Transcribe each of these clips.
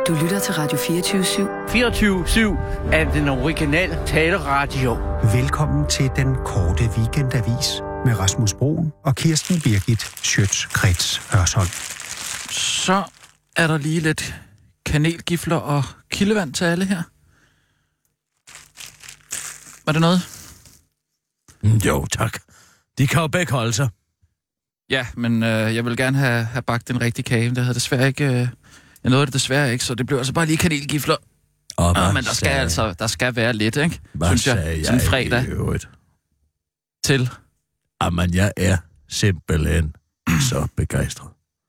Du lytter til Radio 24/7. 24/7 er den originale taleradio. Velkommen til den korte weekendavis med Rasmus Broen og Kirsten Birgit Schøtz-Krets Hørsholm. Så er der lige lidt kanelgifler og kildevand til alle her. Var det noget? Jo, tak. De kan jo begge holde sig. Ja, men jeg vil gerne have bagt en rigtig kage. Det havde desværre ikke... jeg nåede det desværre ikke, så det blev altså bare lige kanelgifler. Men der skal være lidt, ikke? Hvad synes jeg, sådan en fredag. Til? Jamen, jeg er simpelthen så begejstret.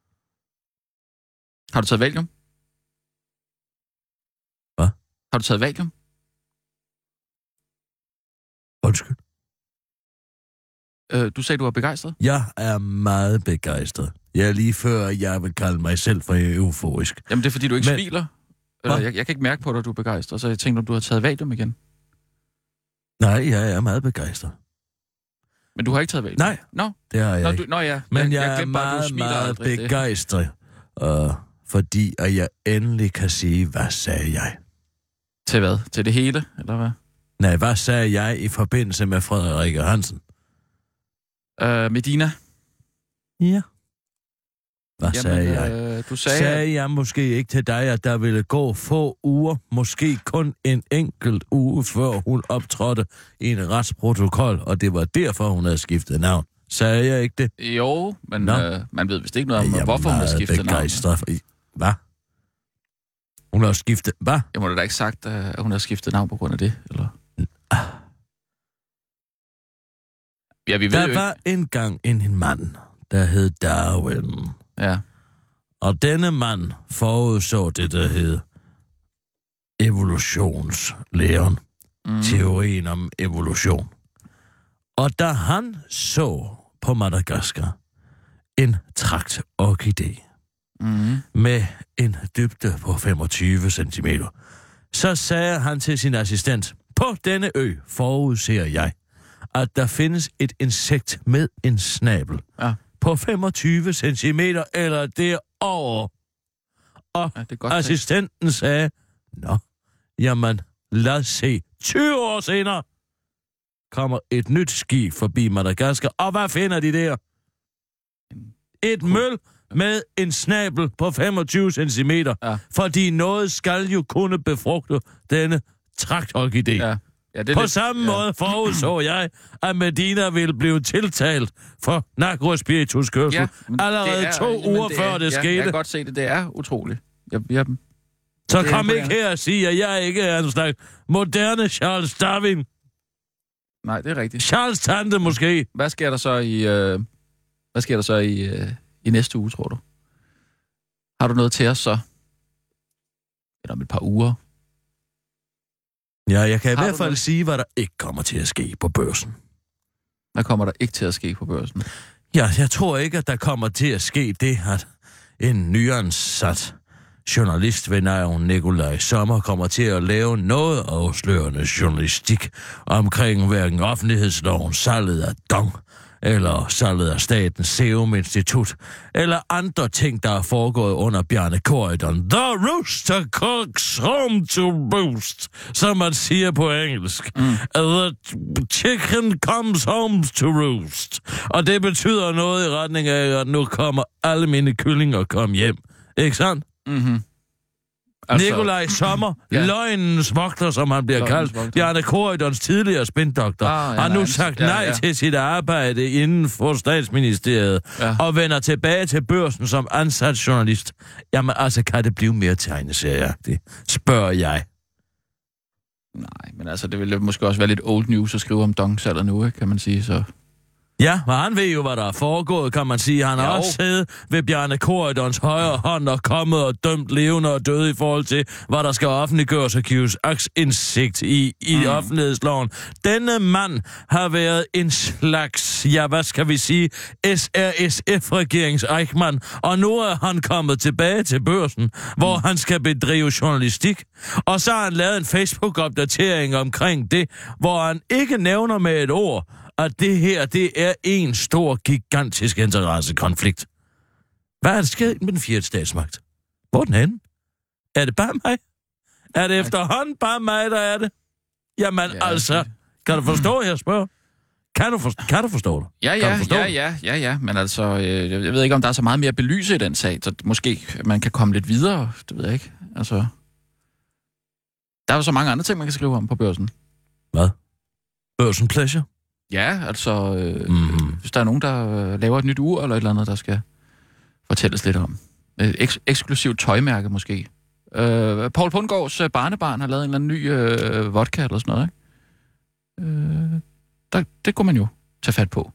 Har du taget valium? Hvad? Har du taget valium? Undskyld. Du sagde, du var begejstret? Jeg er meget begejstret. Jeg er lige før, jeg vil kalde mig selv for euforisk. Jamen, det er fordi, du ikke smiler. Jeg kan ikke mærke på dig, at du er begejstret, så jeg tænkte, om du har taget valium igen. Nej, jeg er meget begejstret. Men du har ikke taget valium? Nej, no? Det har jeg ikke. Ja. Men jeg er meget begejstret, fordi at jeg endelig kan sige, hvad sagde jeg? Til hvad? Til det hele, eller hvad? Nej, hvad sagde jeg i forbindelse med Frederik Hansen? Medina? Ja. Hvad sagde jeg? Du sagde jeg måske ikke til dig, at der ville gå få uger, måske kun en enkelt uge, før hun optrådte i en retsprotokol, og det var derfor, hun havde skiftet navn. Sagde jeg ikke det? Jo, men man ved vist ikke noget om, hvorfor hun har skiftet navn. Hvad? Hun har skiftet... Hvad? Jeg må da ikke sagt, at hun har skiftet navn på grund af det, eller? Ja, vi ved der var engang en mand, der hed Darwin. Ja. Og denne mand forudså det, der hed evolutionslæren. Teorien om evolution. Og da han så på Madagaskar en trakt-orkidé med en dybde på 25 cm, så sagde han til sin assistent, på denne ø forudser jeg, at der findes et insekt med en snabel på 25 cm eller derover. Og assistenten sagde, nå, jamen, lad os se. 20 år senere kommer et nyt skib forbi Madagaskar, og hvad finder de der? Et møl med en snabel på 25 cm, fordi noget skal jo kunne befrugte denne trakt-orkidé. Ja, på samme måde forudså jeg, at Medina ville blive tiltalt for narkospirituskørsel allerede 2 uger før det skete. Jeg kan godt se det. Det er utroligt. Så kom ikke her og sige, at jeg ikke er en slags moderne Charles Darwin. Nej, det er rigtigt. Charles Tante måske. Hvad sker der så i næste uge, tror du? Har du noget til os så? Eller om et par uger? Ja, jeg kan i hvert fald sige, hvad der ikke kommer til at ske på børsen. Hvad kommer der ikke til at ske på børsen? Ja, jeg tror ikke, at der kommer til at ske det, at en nyansat journalist ved navn Nikolaj Sommer kommer til at lave noget afslørende journalistik omkring hverken offentlighedsloven, salget af Dong, eller salget af Statens Serum Institut, eller andre ting, der er foregået under Bjarne Corydon. The rooster cooks home to roost, som man siger på engelsk. The chicken comes home to roost. Og det betyder noget i retning af, at nu kommer alle mine kyllinger komme hjem. Ikke sandt? Mhm. Altså, Nikolaj Sommer, løgnens vogter, som han bliver kaldt, Bjarne Corydons tidligere spindoktor, har nu sagt nej til sit arbejde inden for statsministeriet og vender tilbage til børsen som ansat journalist. Jamen altså, kan det blive mere tegneserieagtigt? Spørger jeg. Nej, men altså, det ville måske også være lidt old news at skrive om Dong-salget nu, kan man sige, så... Ja, men han ved jo, hvad der er foregået, kan man sige. Han har også siddet ved Bjarne Corydons højre hånd og kommet og dømt levende og døde i forhold til, hvad der skal offentliggøres og gives aktindsigt i offentlighedsloven. Denne mand har været en slags, hvad skal vi sige, SRSF-regerings Eichmann, og nu er han kommet tilbage til børsen, hvor han skal bedrive journalistik. Og så har han lavet en Facebook-opdatering omkring det, hvor han ikke nævner med et ord, at det her, det er en stor, gigantisk interessekonflikt. Hvad er det sket med den 4. statsmagt? Hvor er den henne? Er det bare mig? Er det efterhånden bare mig, der er det? Jamen ja, altså, kan du forstå, jeg spørger? Kan du forstå det? Ja. Men altså, jeg ved ikke, om der er så meget mere at belyse i den sag, så måske man kan komme lidt videre, det ved jeg ikke. Altså, der er jo så mange andre ting, man kan skrive om på Børsen. Hvad? Børsen Pleasure? Ja, altså, hvis der er nogen, der laver et nyt ur eller et eller andet, der skal fortælles lidt om. Et eksklusivt tøjmærke måske. Poul Bundgaards barnebarn har lavet en eller anden ny vodka eller sådan noget, ikke? Det kunne man jo tage fat på.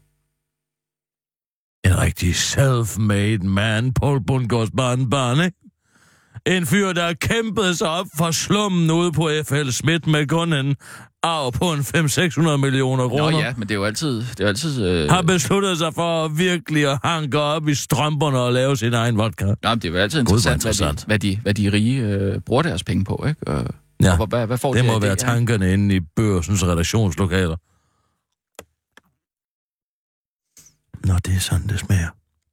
En rigtig self-made man, Poul Bundgaards barnebarn, ikke? En fyr, der kæmpede sig op for slummen ude på F.L. Schmidt med kun en arv på en 500-600 millioner kroner. Nå ja, men det er jo altid har besluttet sig for virkelig at hanke op i strømperne og lave sin egen vodka. Nå, men det er jo altid interessant, hvad de rige bruger deres penge på, ikke? Ja, og hvad får det må være tankerne inde i Børsens redaktionslokaler. Nå, det er sådan, det smager.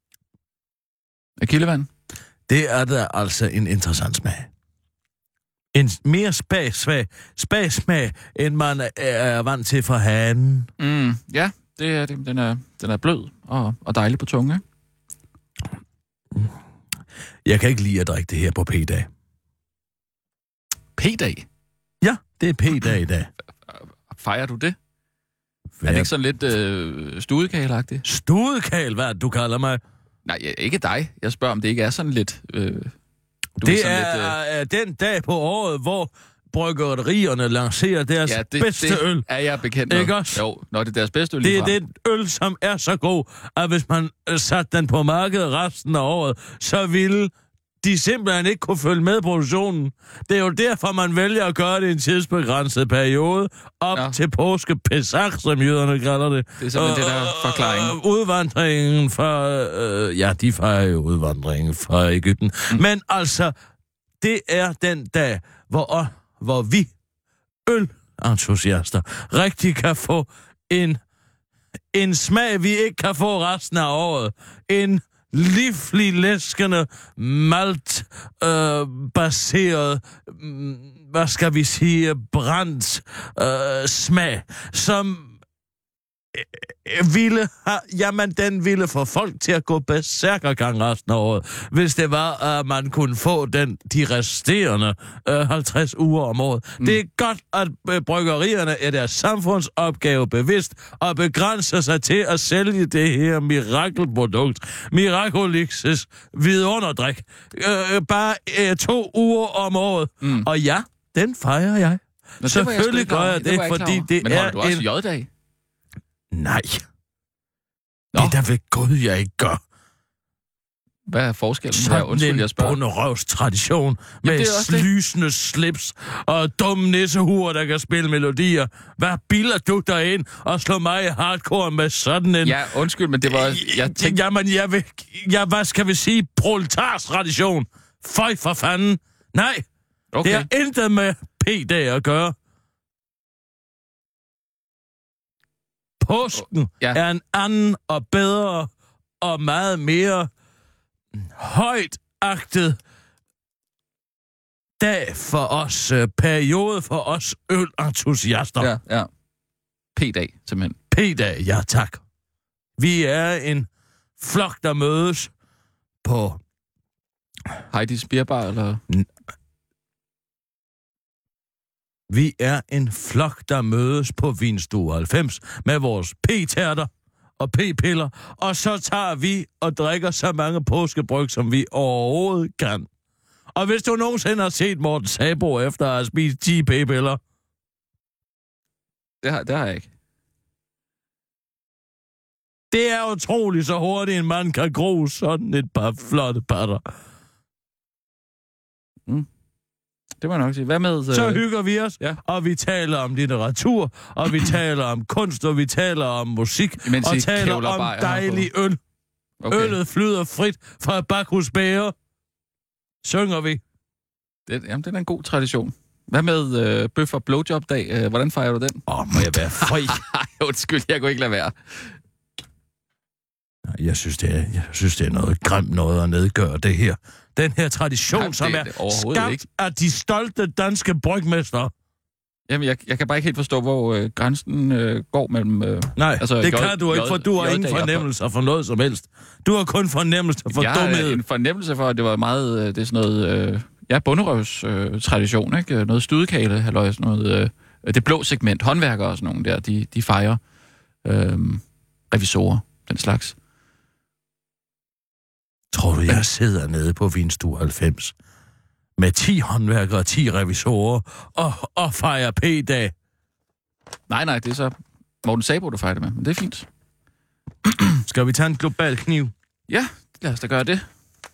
Af kildevand? Det er da altså en interessant smag. En mere spagsmag, end man er vant til fra hanen. Ja, det er det. Den er blød og dejlig på tungen, ikke? Jeg kan ikke lide at drikke det her på P-dag. P-dag? Ja, det er P-dag i dag. Fejrer du det? Er det ikke sådan lidt studekagel-agtigt? Studekagel, hvad du kalder mig? Nej, ikke dig. Jeg spørger, om det ikke er sådan lidt... det er den dag på året, hvor bryggerierne lancerer deres bedste øl. Det er jeg bekendt med. Ikke også? Jo, når det er deres bedste øl. Det er den øl, som er så god, at hvis man satte den på markedet resten af året, så ville de simpelthen ikke kunne følge med produktionen. Det er jo derfor, man vælger at gøre det i en tidsbegrænset periode, op til påske Pesach, som jøderne kalder det. Det er simpelthen det der forklaring. Udvandringen fra... de fejrer jo udvandringen fra Egypten. Men altså, det er den dag, hvor vi ølentusiaster rigtig kan få en smag, vi ikke kan få resten af året. En livlig, læskende, malt-baseret, hvad skal vi sige, brændt smag, som den ville få folk til at gå berserkergang resten af året, hvis det var, at man kunne få de resterende 50 uger om året. Det er godt, at bryggerierne er deres samfundsopgave bevidst og begrænser sig til at sælge det her mirakelprodukt, Miraculix's vidunderdrik, bare 2 uger om året. Og ja, den fejrer jeg. Nå, selvfølgelig gør jeg det, fordi det men er du også J-dag? Nej. Det er da ved Gud, jeg ikke gør. Hvad er forskellen her? Undskyld, jeg spørger. Sådan en bunderøvstradition med lysende slips og dumme nissehuer, der kan spille melodier. Hvad bilder du dig ind og slår mig i hardcore med sådan en... Ja, undskyld, men det var... hvad skal vi sige? Proletarstradition. Føj for fanden. Nej, okay. Det har intet med P-dag at gøre. Påsken er en anden og bedre og meget mere højtagtet dag for os, periode for os ølentusiaster. Ja. P-dag, simpelthen. P-dag, ja tak. Vi er en flok, der mødes på... Heidi's Bierbar, eller... Vi er en flok, der mødes på Vinstue 90 med vores p-tærter og p-piller, og så tager vi og drikker så mange påskebryg, som vi overhovedet kan. Og hvis du nogensinde har set Morten Sabro efter at have spist 10 p-piller... Det har jeg ikke. Det er utroligt, så hurtigt en mand kan gro sådan et par flotte patter. Det må jeg nok sige. Hvad med... Så hygger vi os, og vi taler om litteratur, og vi taler om kunst, og vi taler om musik, og taler om dejlig øl. Okay. Øllet flyder frit fra Bakhus bæger. Synger vi. Det er en god tradition. Hvad med bøf og blowjob-dag? Hvordan fejrer du den? Må jeg være fri? Undskyld, jeg kunne ikke lade være. Jeg synes, det er noget grimt noget at nedgøre det her. Den her tradition, Nej, som er skabt ikke af de stolte danske brygmestre. Jamen, jeg kan bare ikke helt forstå, hvor grænsen går mellem... Nej, altså, det kan du ikke, for du har ingen fornemmelser for noget som helst. Du har kun fornemmelser for dumhed. Jeg har en fornemmelse for, at det var meget... det er sådan noget... bunderøvs tradition, ikke? Noget studekale, halløj, sådan noget... det blå segment, håndværkere og sådan nogle der, de fejrer revisorer, den slags. Tror du, jeg sidder nede på Vinstue 90 med 10 håndværkere og 10 revisorer og fejrer P-dag? Nej, det er så Morten Sabo, du fejrer det med, men det er fint. Skal vi tage en global kniv? Ja, lad os da gøre det.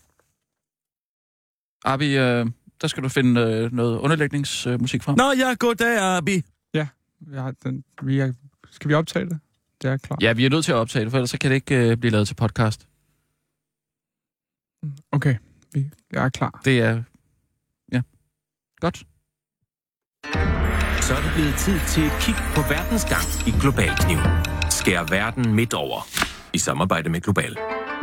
Abi, der skal du finde noget underlægningsmusik fra. Nå ja, goddag, Abi. Ja, skal vi optage det? Det er klart. Ja, vi er nødt til at optage det, for ellers så kan det ikke blive lavet til podcast. Okay, jeg er klar. Det er... Ja, godt. Så er det blevet tid til et kig på verdens gang i Global Kniv. Skær verden midt over i samarbejde med Global.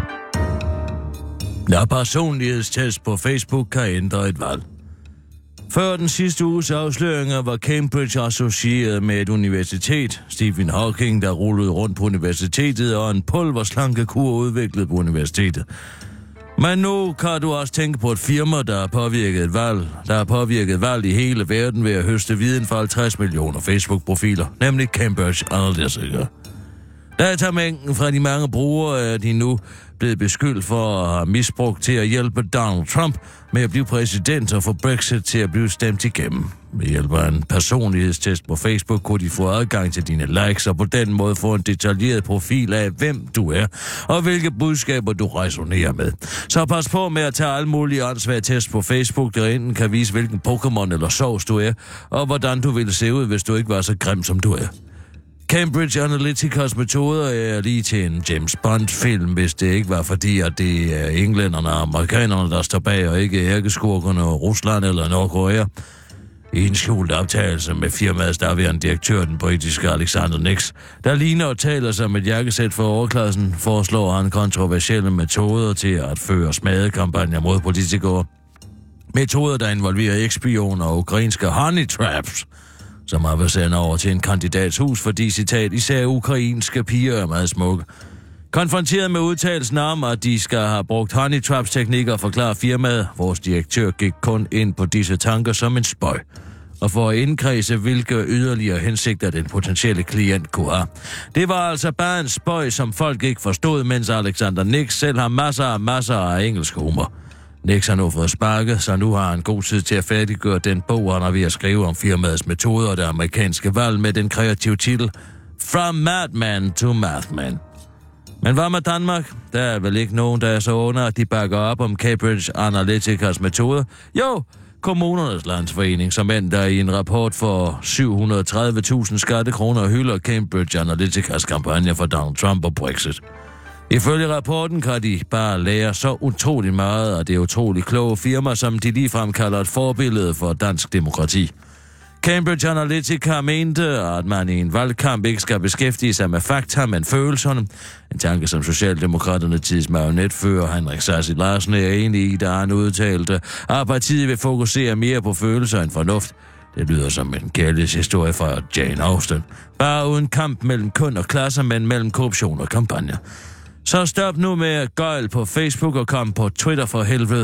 Når personlighedstest på Facebook kan ændre et valg. Før den sidste uges afsløringer var Cambridge associeret med et universitet, Stephen Hawking, der rullede rundt på universitetet, og en pulverslankekur udviklet på universitetet. Men nu kan du også tænke på et firma, der har påvirket valg i hele verden ved at høste viden fra 50 millioner Facebook-profiler, nemlig Cambridge Analytica. Datamængden fra de mange brugere er de nu blevet beskyldt for at have misbrugt til at hjælpe Donald Trump med at blive præsident og få Brexit til at blive stemt igennem. Ved hjælp af en personlighedstest på Facebook kunne de få adgang til dine likes og på den måde få en detaljeret profil af, hvem du er og hvilke budskaber du resonerer med. Så pas på med at tage alle mulige åndssvage tests på Facebook, der enten kan vise, hvilken Pokémon eller sovs du er, og hvordan du ville se ud, hvis du ikke var så grim, som du er. Cambridge Analyticas metoder er lige til en James Bond-film, hvis det ikke var fordi, at det er englænderne og amerikanerne, der står bag, og ikke ærkeskurkerne og Rusland eller Nordkorea. I en skjult optagelse med firmaets daværende direktør, den britiske Alexander Nix, der ligner og taler som et jakkesæt for overklassen, foreslår han kontroversielle metoder til at føre smadekampagner mod politikere. Metoder, der involverer ekspioner og ukrainske honey traps, som har været sendt over til en kandidats hus, fordi, citat, især ukrainske piger er meget smukke. Konfronteret med udtalelsen om, at de skal have brugt honey traps-teknikker, forklarer firmaet, vores direktør gik kun ind på disse tanker som en spøg. Og for at indkredse, hvilke yderligere hensigter den potentielle klient kunne have. Det var altså bare en spøg, som folk ikke forstod, mens Alexander Nix selv har masser af engelsk humor. Nix har nu fået sparket, så nu har han god tid til at færdiggøre den bog, han er ved at skrive om firmaets metoder og det amerikanske valg med den kreative titel From Madman to Mathman. Men hvad med Danmark? Der er vel ikke nogen, der er så under, at de bakker op om Cambridge Analyticas metoder? Jo, Kommunernes Landsforening, som endte i en rapport for 730.000 skattekroner hylder Cambridge Analyticas kampagne for Donald Trump og Brexit. Ifølge rapporten kan de bare lære så utrolig meget af det utrolig kloge firma, som de ligefrem kalder et forbillede for dansk demokrati. Cambridge Analytica mente, at man i en valgkamp ikke skal beskæftige sig med fakta, men følelserne. En tanke, som Socialdemokraterne tids marionetfører Henrik Sassy Larsen er enig i, da han udtalte, at partiet vil fokusere mere på følelser end fornuft. Det lyder som en kærlighedshistorie fra Jane Austen. Bare uden kamp mellem køn og klasser, men mellem korruption og kampagner. Så stop nu med gøjl på Facebook og kom på Twitter for helvede.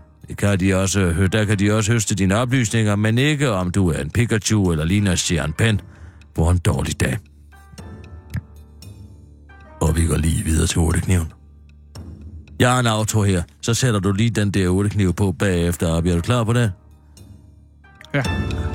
Der kan de også høste dine oplysninger, men ikke om du er en Pikachu eller ligner Sean Penn på en dårlig dag. Og vi går lige videre til 8-kniven. Jeg har en auto her, så sætter du lige den der 8-kniv på bagefter. Er du klar på det? Ja.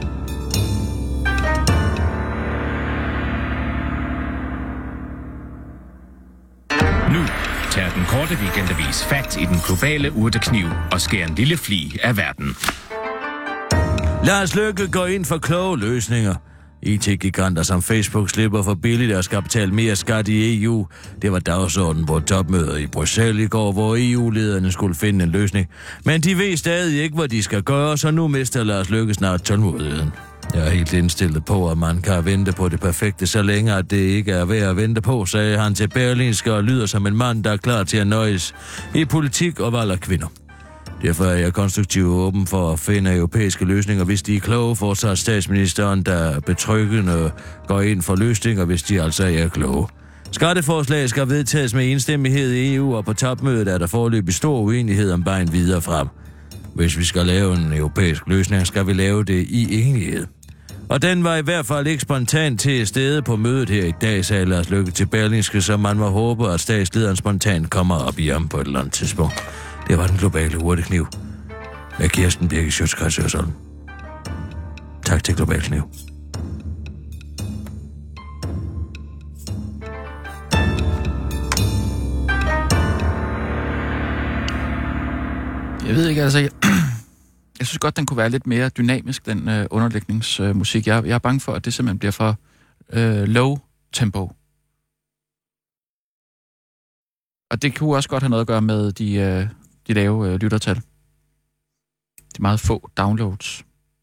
Nu tager den korte weekendavis fat i den globale urtekniv og skærer en lille flig af verden. Lars Løkke går ind for kloge løsninger. IT-giganter som Facebook slipper for billigt og skal betale mere skat i EU. Det var dagsordenen på topmødet i Bruxelles i går, hvor EU-lederne skulle finde en løsning. Men de ved stadig ikke, hvad de skal gøre, så nu mister Lars Løkke snart tålmodigheden. Jeg er helt indstillet på, at man kan vente på det perfekte, så længe at det ikke er værd at vente på, sagde han til Berlingske og lyder som en mand, der er klar til at nøjes i politik og valg af kvinder. Derfor er jeg konstruktivt åben for at finde europæiske løsninger, hvis de er kloge, fortsat statsministeren, der betryggende går ind for løsninger, hvis de altså er kloge. Skatteforslag skal vedtages med enstemmighed i EU, og på topmødet er der foreløbig stor uenighed om vejen videre frem. Hvis vi skal lave en europæisk løsning, skal vi lave det i enighed. Og den var i hvert fald ikke spontant til stede på mødet her i dag, sagde Lars Løkke til Berlingske, så man må håbe, at statslederen spontant kommer op i ham på et eller andet tidspunkt. Det var den globale urtekniv med Kirsten Birgit Schøtz-Krets Hørsholm. Tak til Global Kniv. Jeg ved ikke, altså... Jeg synes godt, den kunne være lidt mere dynamisk, den underlægningsmusik. Jeg er bange for, at det simpelthen bliver for low tempo. Og det kunne også godt have noget at gøre med de lave lyttertal. De meget få downloads.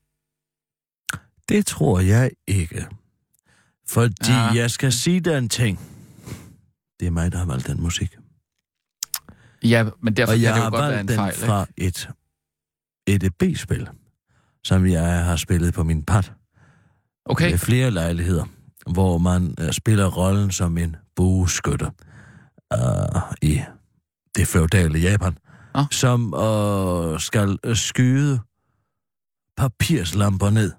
Det tror jeg ikke. Fordi jeg skal sige dig en ting. Det er mig, der har valgt den musik. Ja, men derfor kan det jo godt være en fejl. Og jeg har valgt den fra et EDB-spil, som jeg har spillet på min pad. Okay. Med flere lejligheder, hvor man spiller rollen som en bueskytte i det feudale Japan, som skal skyde papirslamper ned.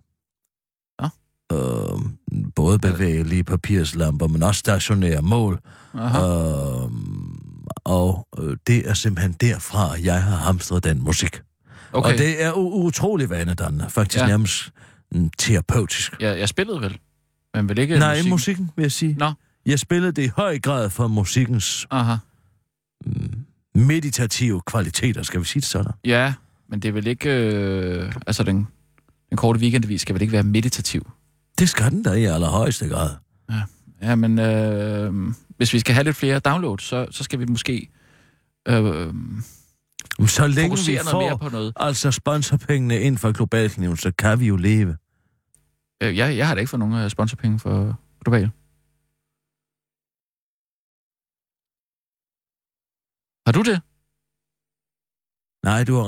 Både bevægelige papirslamper, men også stationære mål. Og det er simpelthen derfra, jeg har hamstret den musik. Okay. Og det er utrolig vanedannende, faktisk nærmest terapeutisk. Ja, jeg spillede vel, men vel ikke musikken, vil jeg sige. Nå. Jeg spillede det i høj grad for musikkens meditative kvaliteter, skal vi sige det sådan? Ja, men det er vel ikke... altså, den korte weekendavis skal vel ikke være meditativ? Det skal den da i allerhøjeste grad. Ja, men hvis vi skal have lidt flere downloads, så skal vi måske så længe fokusere vi noget mere på noget. Altså sponsorpengene ind for Global Kniv, så kan vi jo leve. Jeg har da ikke fået nogen sponsorpenge for Global. Har du det? Nej, du har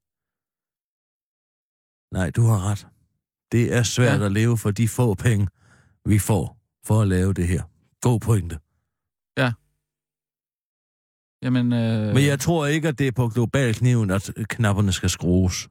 ret. Det er svært at leve for de få penge, vi får for at lave det her. God pointe. Ja. Jamen, Men jeg tror ikke, at det er på Global Kniven, at knapperne skal skrues.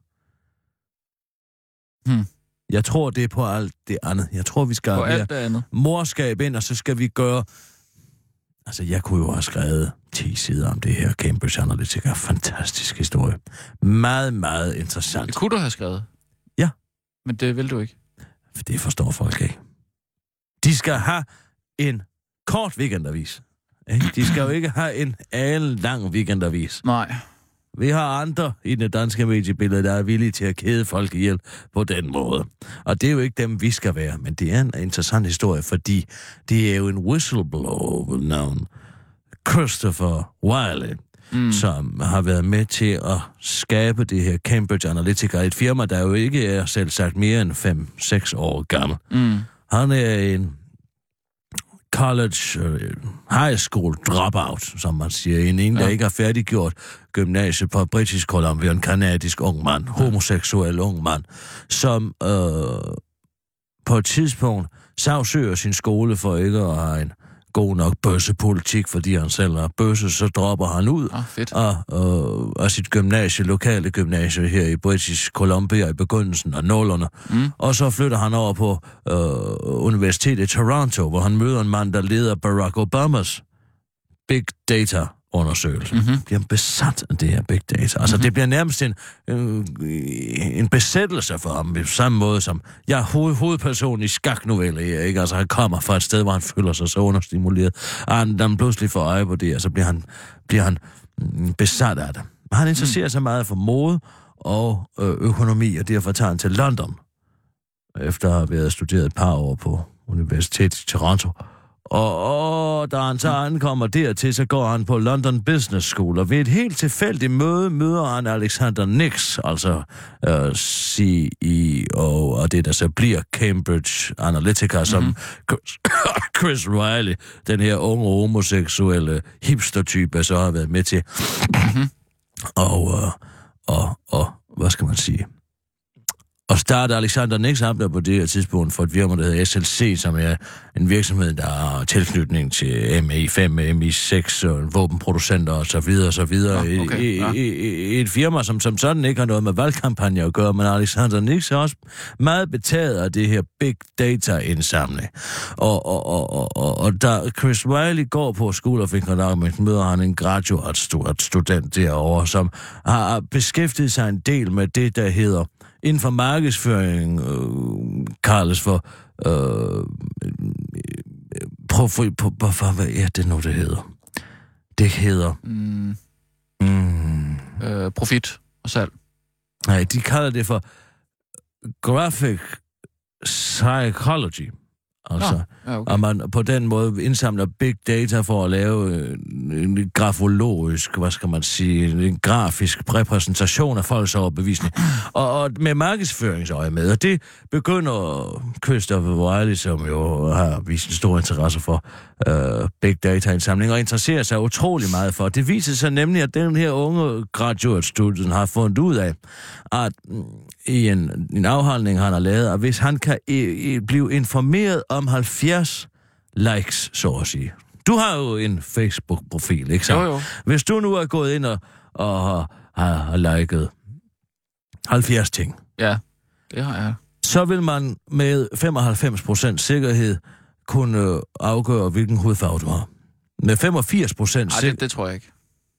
Jeg tror, det er på alt det andet. Jeg tror, vi skal have morskab ind, og så skal vi gøre... Altså, jeg kunne jo have skrevet 10 sider om det her Cambridge Analytica. Fantastisk historie. Meget, meget interessant. Det kunne du have skrevet? Ja. Men det vil du ikke? For det forstår folk ikke. De skal have en kort weekendavis. De skal jo ikke have en lang weekendavis. Nej. Vi har andre i det danske mediebillede, der er villige til at kæde folk ihjel på den måde. Og det er jo ikke dem, vi skal være, men det er en interessant historie, fordi det er jo en whistleblower navn Christopher Wiley, som har været med til at skabe det her Cambridge Analytica, et firma, der jo ikke er selv sagt mere end 5-6 år gammel. Han er en college, high school dropout, som man siger. En der ikke har færdiggjort gymnasiet på British Columbia, en kanadisk ung mand, homoseksuel ung mand, som på et tidspunkt sagsøger sin skole for ikke at have en god nok bøssepolitik, fordi han selv er bøsse, så dropper han ud af sit lokale gymnasie her i British Columbia i begyndelsen af 00'erne. Og så flytter han over på Universitetet i Toronto, hvor han møder en mand, der leder Barack Obamas Big Data-undersøgelse. Bliver besat af det her Big Data. Altså, det bliver nærmest en besættelse for ham, på samme måde som jeg er hovedperson i skaknovelle, ikke? Altså, han kommer fra et sted, hvor han føler sig så understimuleret, og han pludselig får øje på det, og så bliver han besat af det. Han interesserer sig meget for mode og økonomi, og derfor tager han til London, efter at have været studeret et par år på Universitetet i Toronto. Og da han så ankommer dertil, så går han på London Business School, og ved et helt tilfældigt møde møder han Alexander Nix, altså CEO, og det der så bliver Cambridge Analytica, som Chris Riley, den her unge homoseksuelle hipster-type, så har været med til. hvad skal man sige? Og startede Alexander Nix op på det her tidspunkt for et firma, der hedder SLC, som er en virksomhed, der har tilknytning til MI5, MI6 og våbenproducenter og så videre, og så videre. Ja, okay, et firma, som sådan ikke har noget med valgkampagne at gøre, men Alexander Nix er også meget betaget af det her big data-indsamling. Og da Chris Wiley går på School of Economics, møder han en graduate-student derovre, som har beskæftiget sig en del med det, der hedder inden for markedsføring kaldes for hvad er det nu, det hedder? Det hedder profit og salg. Nej, de kalder det for graphic psychology. Altså, okay. Og man på den måde indsamler big data for at lave en grafologisk, hvad skal man sige, en grafisk repræsentation af folks overbevisning. Og med markedsføringsøje med. Og det begynder Christopher Wiley, som jo har vist en stor interesse for big data-indsamling, og interesserer sig utrolig meget for. Det viser sig nemlig, at den her unge graduate-student har fundet ud af, at i en afhandling, han har lavet, at hvis han kan blive informeret om 70 likes, så at sige. Du har jo en Facebook-profil, ikke så? Jo. Hvis du nu er gået ind og har liket 70 ting. Ja, det har jeg. Så vil man med 95% sikkerhed kunne afgøre, hvilken hudfarve du har. Med 85% Nej, det tror jeg ikke.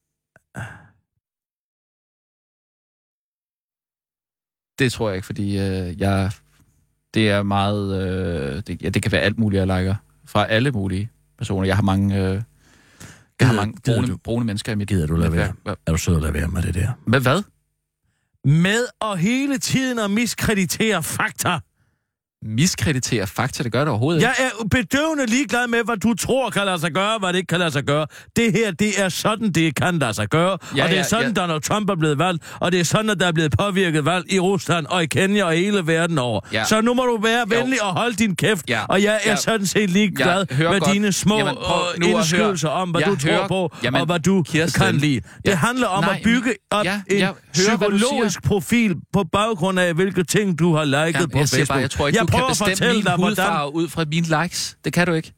Det tror jeg ikke, fordi det er meget... det kan være alt muligt, jeg liker. Fra alle mulige personer. Jeg har mange brune mennesker i mit... Gider du lade være? Er du sød at lade være med det der? Med hvad? Med at hele tiden at miskreditere fakta. Miskreditere fakta, det gør det overhovedet ikke. Jeg er bedøvende ligeglad med, hvad du tror kan lade sig gøre, hvad det ikke kan lade sig gøre. Det her, det er sådan, det kan lade sig gøre. Ja, og det er sådan, Donald Trump er blevet valgt. Og det er sådan, at der er blevet påvirket valg i Rusland og i Kenya og hele verden over. Ja. Så nu må du være venlig og holde din kæft. Ja. Og jeg er sådan set ligeglad med dine små indskydelser om, hvad du tror på, og hvad du kan lide. Det handler om at bygge op en psykologisk profil på baggrund af, hvilke ting du har liket på Facebook. Jeg tror ikke, du kan bestemme min hudfarve ud fra mine likes. Det kan du ikke.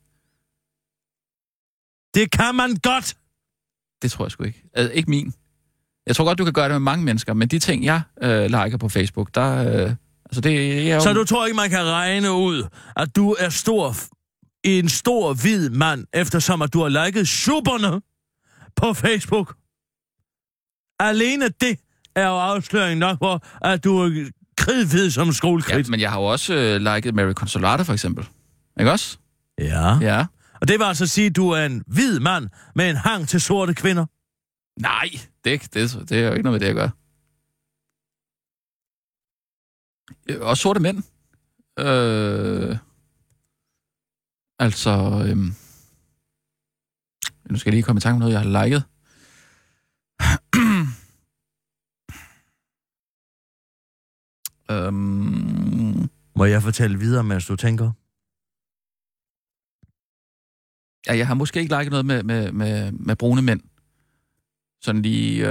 Det kan man godt. Det tror jeg sgu ikke. Ikke min. Jeg tror godt, du kan gøre det med mange mennesker, men de ting, jeg liker på Facebook, der... altså det er jo... Så du tror ikke, man kan regne ud, at du er en stor hvid mand, eftersom at du har liket supperne på Facebook? Alene det er jo afsløring nok for, at du er kridhvid som skolekridt. Ja, men jeg har jo også liket Mary Consolata, for eksempel. Ikke også? Ja. Og det vil altså sige, at du er en hvid mand med en hang til sorte kvinder? Nej, det er jo ikke noget med det, jeg gør. Også sorte mænd. Nu skal jeg lige komme i tanke om noget, jeg har liket. Må jeg fortælle videre, mens du tænker? Ja, jeg har måske ikke liket noget med brune mænd. Sådan lige...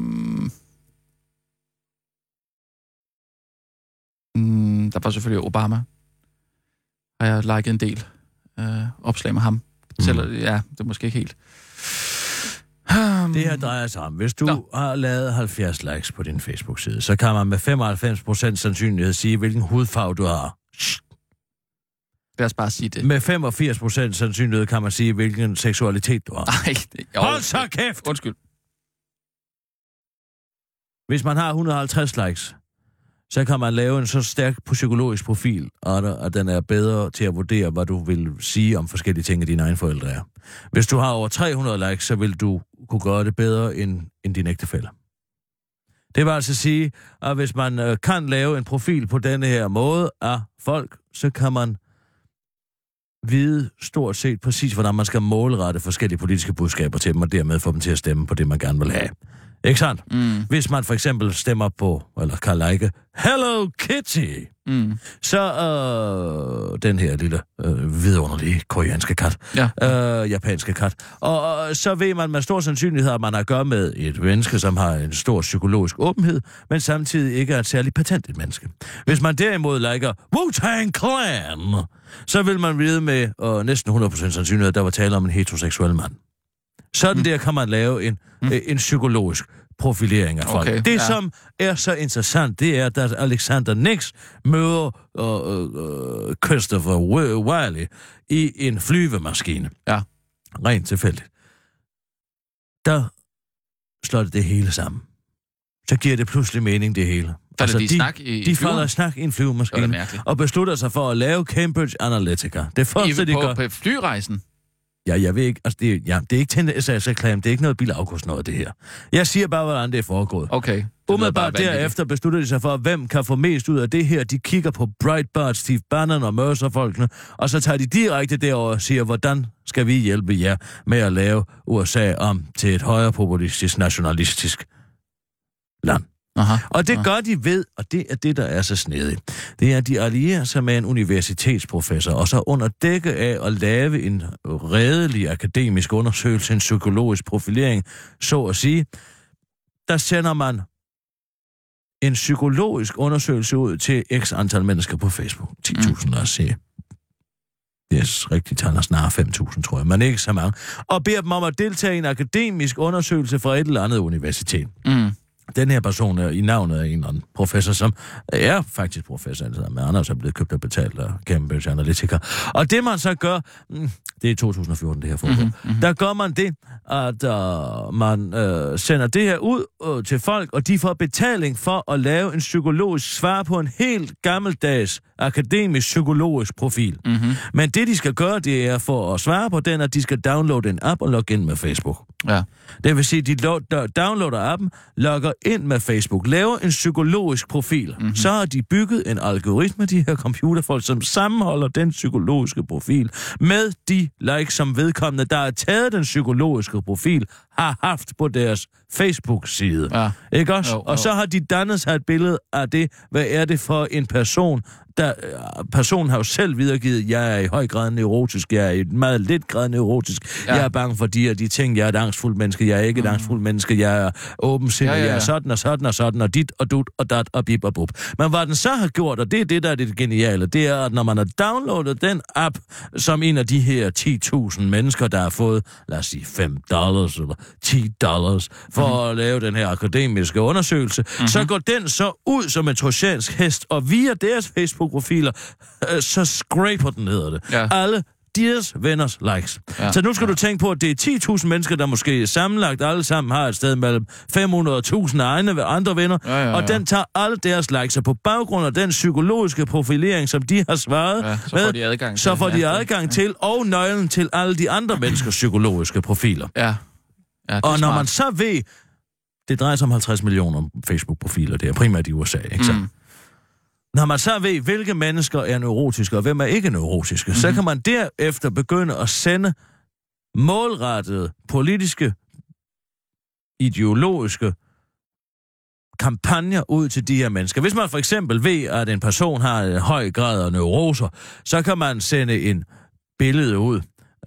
der var selvfølgelig Obama. Har jeg liket en del opslag med ham. Ja, det er måske ikke helt... Det her drejer sig om, hvis du har lavet 70 likes på din Facebook-side, så kan man med 95% sandsynlighed sige, hvilken hudfarve du har. Lad os bare sige det. Med 85% sandsynlighed kan man sige, hvilken seksualitet du har. Hold så kæft! Undskyld. Hvis man har 150 likes, så kan man lave en så stærk psykologisk profil, at den er bedre til at vurdere, hvad du vil sige om forskellige ting, af dine egne forældre er. Hvis du har over 300 likes, så vil du kunne gøre det bedre end din ægtefælle. Det vil altså sige, at hvis man kan lave en profil på denne her måde af folk, så kan man vide stort set præcis, hvordan man skal målrette forskellige politiske budskaber til dem, og dermed få dem til at stemme på det, man gerne vil have. Ikke sandt? Hvis man for eksempel stemmer på, eller kan like Hello Kitty, Så den her lille vidunderlige koreanske kat, japanske kat, og så ved man med stor sandsynlighed, at man har at gøre med et menneske, som har en stor psykologisk åbenhed, men samtidig ikke er et særligt patent et menneske. Hvis man derimod liker Wu-Tang Clan, så vil man vide med næsten 100% sandsynlighed, at der var tale om en heteroseksuel mand. Sådan der kan man lave en psykologisk profilering af folk. Det, som er så interessant, det er, at Alexander Nix møder Christopher Wiley i en flyvemaskine. Ja. Rent tilfældigt. Der slår det hele sammen. Så giver det pludselig mening, det hele. Altså, de falder i snak i en flyvemaskine og beslutter sig for at lave Cambridge Analytica. Det første, de gør... På flyrejsen? Ja, jeg ved ikke, altså det er ikke til en SAS-reklame, det er ikke noget Bill August noget, det her. Jeg siger bare, hvordan det er foregået. Okay. Umiddelbart derefter beslutter de sig for, hvem kan få mest ud af det her. De kigger på Breitbart, Steve Bannon og Mercer-folkene, og så tager de direkte derover og siger, hvordan skal vi hjælpe jer med at lave USA om til et højrepopulistisk, nationalistisk land. Aha. Og det gør de ved, og det er det, der er så snedigt. Det er, at de allierer sig med en universitetsprofessor, og så under dække af at lave en redelig akademisk undersøgelse, en psykologisk profilering, så at sige, der sender man en psykologisk undersøgelse ud til x antal mennesker på Facebook. 10.000, lad os sige. Yes, rigtigt tal er snarere 5.000, tror jeg, men ikke så mange. Og beder dem om at deltage i en akademisk undersøgelse fra et eller andet universitet. Den her person er i navnet af en eller anden professor, som er faktisk professor, men Anders er blevet købt og betalt af Cambridge Analytica. Og det man så gør, det er 2014 det her forhold, der gør man det, at man sender det her ud til folk, og de får betaling for at lave en psykologisk svar på en helt gammeldags akademisk psykologisk profil. Men det de skal gøre, det er for at svare på den, at de skal downloade en app og logge ind med Facebook. Ja. Det vil sige, at de downloader appen, logger ind med Facebook, laver en psykologisk profil. Så har de bygget en algoritme, de her computerfolk, som sammenholder den psykologiske profil med de likes, som vedkommende, der har taget den psykologiske profil, har haft på deres Facebook-side. Ja. Ikke også? Jo. Og så har de dannet sig et billede af det. Hvad er det for en person? Personen har jo selv videregivet, jeg er i høj grad neurotisk, jeg er i meget lidt grad neurotisk, jeg er bange for de og de ting, jeg er et angstfuldt menneske, jeg er ikke et angstfuldt menneske, jeg er åbensindet, jeg er sådan og sådan og sådan, og dit og dut og dat og bip og bup. Men hvad den så har gjort, og det er det, der er det geniale, det er, at når man har downloadet den app, som en af de her 10.000 mennesker, der har fået, lad os sige, $5 eller $10 for at lave den her akademiske undersøgelse, så går den så ud som en trojansk hest, og via deres Facebook-profiler, så scraper den, hedder det. Ja. Alle deres venners likes. Ja. Så nu skal du tænke på, at det er 10.000 mennesker, der måske sammenlagt alle sammen har et sted mellem 500.000 andre venner, og den tager alle deres likes, og på baggrund af den psykologiske profilering, som de har svaret så får de adgang til, og nøglen til alle de andre menneskers psykologiske profiler. Ja. Og når man så ved, det drejer sig om 50 millioner Facebook-profiler, det er primært i USA, ikke så? Når man så ved, hvilke mennesker er neurotiske, og hvem er ikke neurotiske, så kan man derefter begynde at sende målrettede politiske, ideologiske kampagner ud til de her mennesker. Hvis man for eksempel ved, at en person har en høj grad af neuroser, så kan man sende en billede ud,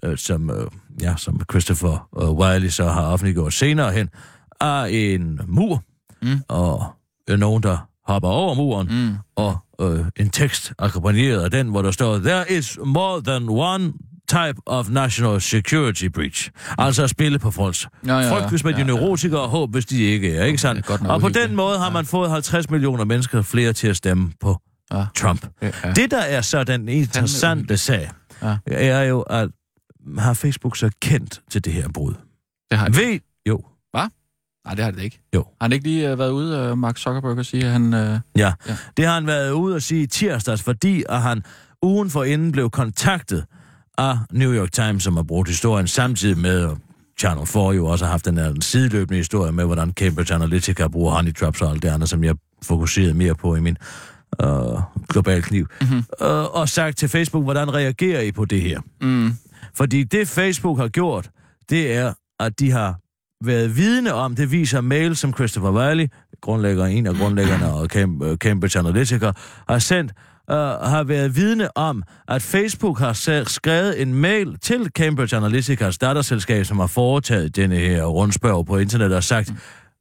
som Christopher Wiley så har offentliggjort senere hen, af en mur, og nogen, der hopper over muren, og en tekst akkompagneret af den, hvor der står, there is more than one type of national security breach. Altså at spille på folks frygt, hvis man er neurotikere, og håb, hvis de ikke er, ikke sandt? Og på den måde har man fået 50 millioner mennesker flere til at stemme på Trump. Det, der er så den interessante sag, er jo, at har Facebook så kendt til det her brud? Det har det. Jo. Hvad? Nej, det har det ikke. Jo. Har han ikke lige været ude, Mark Zuckerberg, og sige, at han... Ja, det har han været ude at sige tirsdags, fordi at han ugen forinden blev kontaktet af New York Times, som har brugt historien, samtidig med, og Channel 4 jo også har haft den her sideløbende historie med, hvordan Cambridge Analytica bruger honey traps og alt det andet, som jeg fokuserede mere på i min global kniv. Og sagt til Facebook, hvordan reagerer I på det her? Fordi det Facebook har gjort, det er, at de har været vidne om, det viser mail, som Christopher Wiley en af grundlæggerne og Cambridge Analytica, har været vidne om, at Facebook har skrevet en mail til Cambridge Analyticas datterselskab, som har foretaget denne her rundspørg på internet og sagt,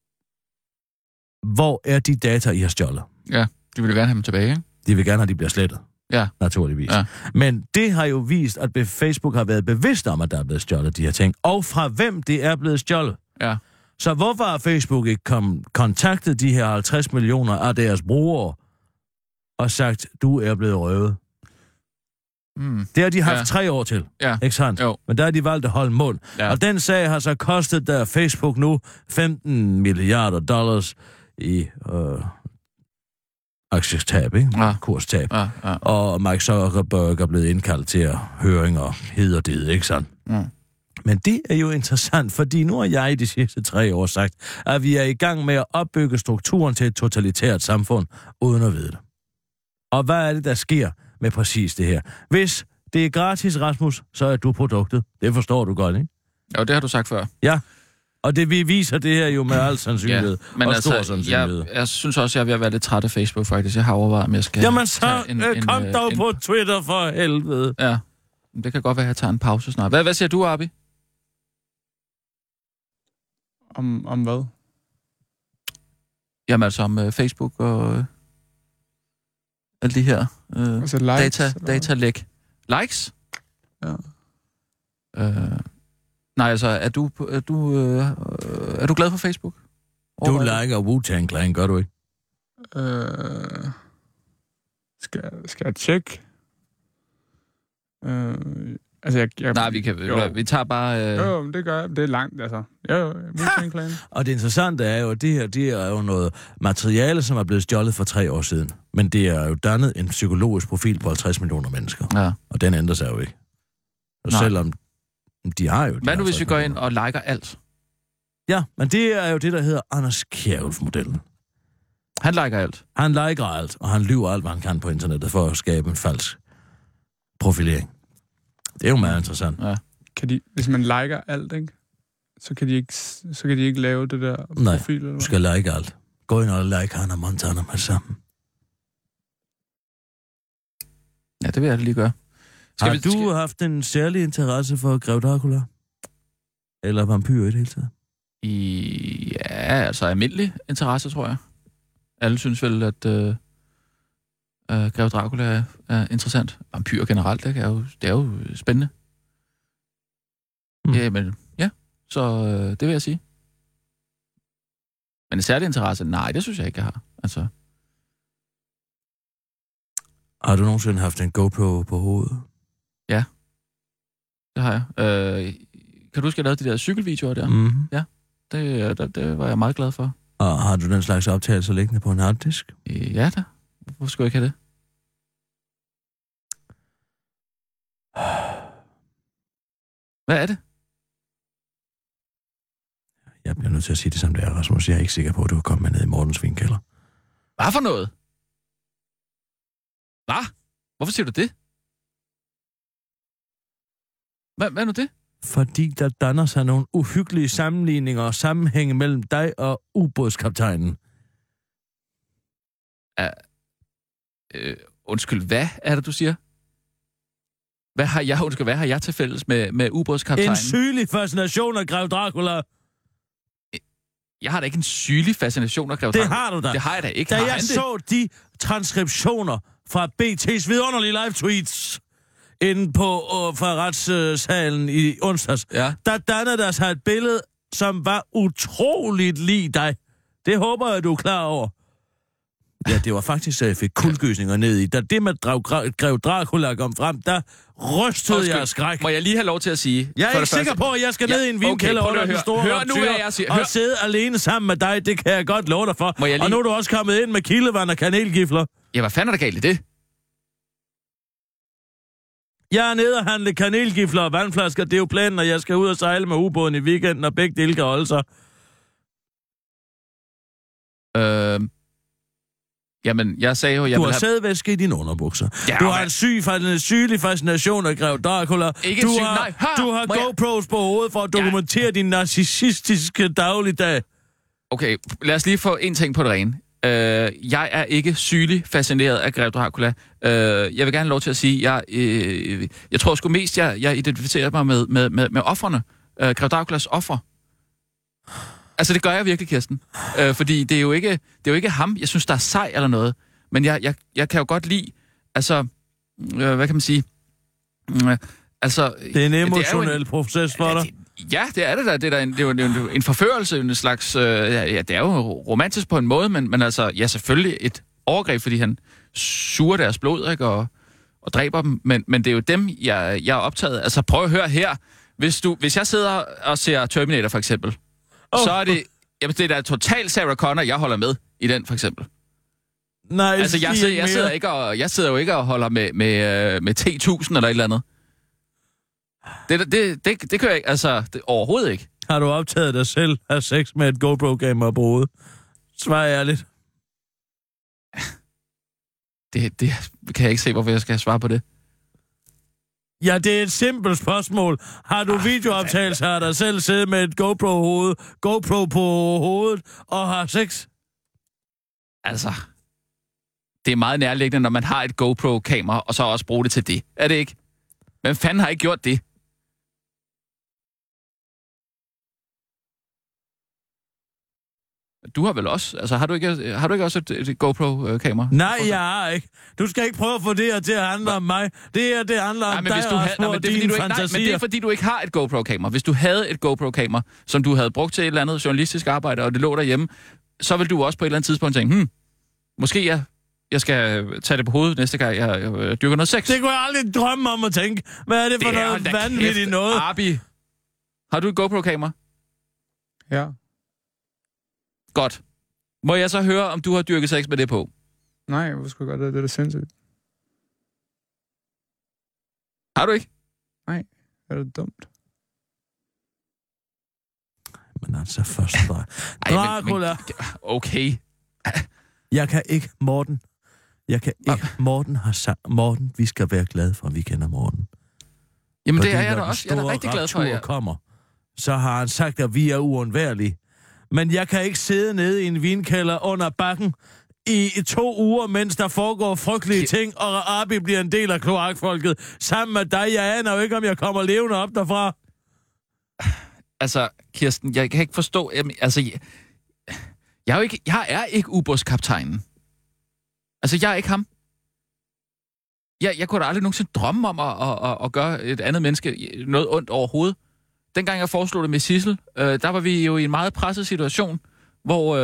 hvor er de data, I har stjålet? Ja, de vil gerne have dem tilbage, ikke? De vil gerne have, de bliver slettet. Ja. Naturligvis. Ja. Men det har jo vist, at Facebook har været bevidst om, at der er blevet stjålet de her ting, og fra hvem det er blevet stjålet. Ja. Så hvorfor har Facebook ikke kontaktet de her 50 millioner af deres brugere og sagt, du er blevet røvet? Det har de haft 3 år til, ikke sandt? Jo. Men der har de valgt at holde mund. Ja. Og den sag har så kostet der Facebook nu $15 milliarder i aktietab, ikke? Ja. Kurstab. Ja. Og Mark Zuckerberg er blevet indkaldt til høringer, hed det, ikke sandt? Ja. Men det er jo interessant, fordi nu har jeg i de sidste 3 år sagt, at vi er i gang med at opbygge strukturen til et totalitært samfund, uden at vide det. Og hvad er det, der sker med præcis det her? Hvis det er gratis, Rasmus, så er du produktet. Det forstår du godt, ikke? Jo, det har du sagt før. Ja, og det vi viser det her jo med al sandsynlighed. Ja, men og altså, stor sandsynlighed. Jeg synes også, jeg er ved at være lidt træt af Facebook, faktisk. Jeg har overvejet, om jeg skal... Jamen så, kom dog på Twitter for helvede. Ja, det kan godt være, at jeg tager en pause snart. Hvad siger du, Abi? Om hvad? Jamen altså om Facebook og alle de her altså likes, datalæk. Likes? Ja. Nej, altså, er du glad for Facebook? Du liker Wu-Tang Clan, gør du ikke? Skal jeg tjekke? Altså, nej, vi tager bare... Jo, det gør jeg. Det er langt, altså. Jo, Wu-Tang Clan. Og det interessante er jo, at det er jo noget materiale, som er blevet stjålet for 3 år siden. Men det er jo dannet en psykologisk profil på 50 millioner mennesker. Ja. Og den ændrer sig jo ikke. Og selvom de har jo... Hvad nu, hvis vi går ind og liker alt? Ja, men det er jo det, der hedder Anders Kjærulf-modellen. Han liker alt. Han liker alt, og han lyver alt, hvad han kan på internettet for at skabe en falsk profilering. Det er jo meget interessant. Ja. Hvis man liker alt, ikke? Så kan de ikke lave det der profil, eller hvad? Du skal like alt. Gå ind og like Hannah Montana med sammen. Ja, det vil jeg lige gøre. Har du haft en særlig interesse for Grev Dracula? Eller vampyrer i det hele taget? Ja, altså almindelig interesse, tror jeg. Alle synes vel, at Grev Dracula er interessant. Vampyrer generelt, det er jo spændende. Ja, men ja, så det vil jeg sige. Men en særlig interesse? Nej, det synes jeg ikke, jeg har. Altså. Har du nogensinde haft en GoPro på hovedet? Ja, det har jeg. Kan du huske, at jeg lavede de der cykelvideoer der? Mm-hmm. Ja, det var jeg meget glad for. Og har du den slags optagelser liggende på en harddisk? Ja da. Hvorfor skulle jeg ikke have det? Hvad er det? Jeg bliver nødt til at sige det som det er, Rasmus. Jeg er ikke sikker på, at du kan komme med ned i Mortens vinkælder. Hvad for noget? Hvad? Hvorfor siger du det? Hvad er nu det? Fordi der danner sig nogle uhyggelige sammenligninger og sammenhænge mellem dig og ubådskaptajnen. Undskyld, hvad er det, du siger? Hvad har jeg til fælles med ubådskaptajnen? En sygelig fascination af Grev Dracula. Jeg har da ikke en sygelig fascination af Grev Dracula. Det har du da. Det har jeg da ikke. Da jeg så de transkriptioner fra BT's vidunderlige live-tweets inde på fra retssalen i onsdags, der dannede der sig et billede, som var utroligt lig dig. Det håber jeg, du er klar over. Ja, det var faktisk, så jeg fik kuldegysninger ned i. Da det med Grev Dracula kom frem, der rystede jeg af skræk. Må jeg lige have lov til at sige... Jeg er ikke sikker på, at jeg skal ned i en vinkælder under den store og sidde alene sammen med dig. Det kan jeg godt love dig for. Og nu er du også kommet ind med kildevand og kanelgifler. Ja, hvad fanden er der galt i det? Jeg er nede og handle kanelgifler og vandflasker. Det er jo planen, at jeg skal ud og sejle med ubåden i weekenden, og begge dele kan holde sig. Jamen, jeg sagde jo... Du har sædvæske i dine underbukser. Ja, du har en sygelig fascination af Grev Dracula. Ikke du har GoPros på hovedet for at dokumentere din narcissistiske dagligdag. Okay, lad os lige få en ting på det rene. Jeg er ikke sygelig fascineret af Grev Dracula. Jeg vil gerne have lov til at sige, jeg tror sgu mest, jeg identificerer mig med ofrene. Grev Draculas offer. Altså, det gør jeg virkelig, Kirsten. Fordi det er jo ikke ham, jeg synes, der er sej eller noget. Men jeg kan jo godt lide, altså, hvad kan man sige? Altså, det er en emotionel proces for dig. Ja, det er det da. Det er jo en forførelse, en slags... det er jo romantisk på en måde, men altså, ja, selvfølgelig et overgreb, fordi han suger deres blod, ikke, og dræber dem. Men det er jo dem, jeg er optaget. Altså, prøv at høre her. Hvis jeg sidder og ser Terminator, for eksempel, så er det... Jamen, det er da totalt Sarah Connor, jeg holder med i den, for eksempel. Nej, altså, jeg sidder jo ikke og holder med T-1000 eller et eller andet. Det kører jeg ikke, altså, overhovedet ikke. Har du optaget dig selv af sex med et GoPro-kamera på hovedet? Svar ærligt. Det kan jeg ikke se, hvorfor jeg skal svare på det. Ja, det er et simpelt spørgsmål. Har du videooptagelser af dig selv siddet med et GoPro på hovedet og har sex? Altså, det er meget nærliggende, når man har et GoPro-kamera, og så også bruge det til det. Er det ikke? Hvem fanden har ikke gjort det? Du har vel også? Altså, har du ikke også et GoPro-kamera? Nej, jeg har ikke. Du skal ikke prøve at få det her til at handle om mig. Det handler om dig og dine fantasier. Men det er, fordi du ikke har et GoPro-kamera. Hvis du havde et GoPro-kamera, som du havde brugt til et eller andet journalistisk arbejde, og det lå derhjemme, så vil du også på et eller andet tidspunkt tænke, måske jeg skal tage det på hovedet næste gang, jeg dyrker noget sex. Det kunne jeg aldrig drømme om at tænke. Hvad er det for noget vanvittigt noget? Arbi, har du et GoPro-kamera? Ja. Godt. Må jeg så høre, om du har dyrket sex med det på? Nej, hvor skulle jeg gøre det? Det er da sindssygt. Har du ikke? Nej, er det dumt? Men altså, først bare... Dracula! Okay. Jeg kan ikke, Morten. Morten har sagt... Morten, vi skal være glade for, at vi kender Morten. Jamen, fordi det er jeg da også. Jeg er da rigtig glad for, at kommer, så har han sagt, at vi er uundværlige. Men jeg kan ikke sidde nede i en vinkælder under bakken i 2 uger, mens der foregår frygtelige ting, og Arbi bliver en del af kloakfolket. Sammen med dig, jeg aner jo ikke, om jeg kommer levende op derfra. Altså, Kirsten, jeg kan ikke forstå... Jeg er ikke ubådskaptajnen. Altså, jeg er ikke ham. Jeg kunne da aldrig nogensinde drømme om at gøre et andet menneske noget ondt overhovedet. Dengang jeg foreslog det med Sissel, der var vi jo i en meget presset situation, hvor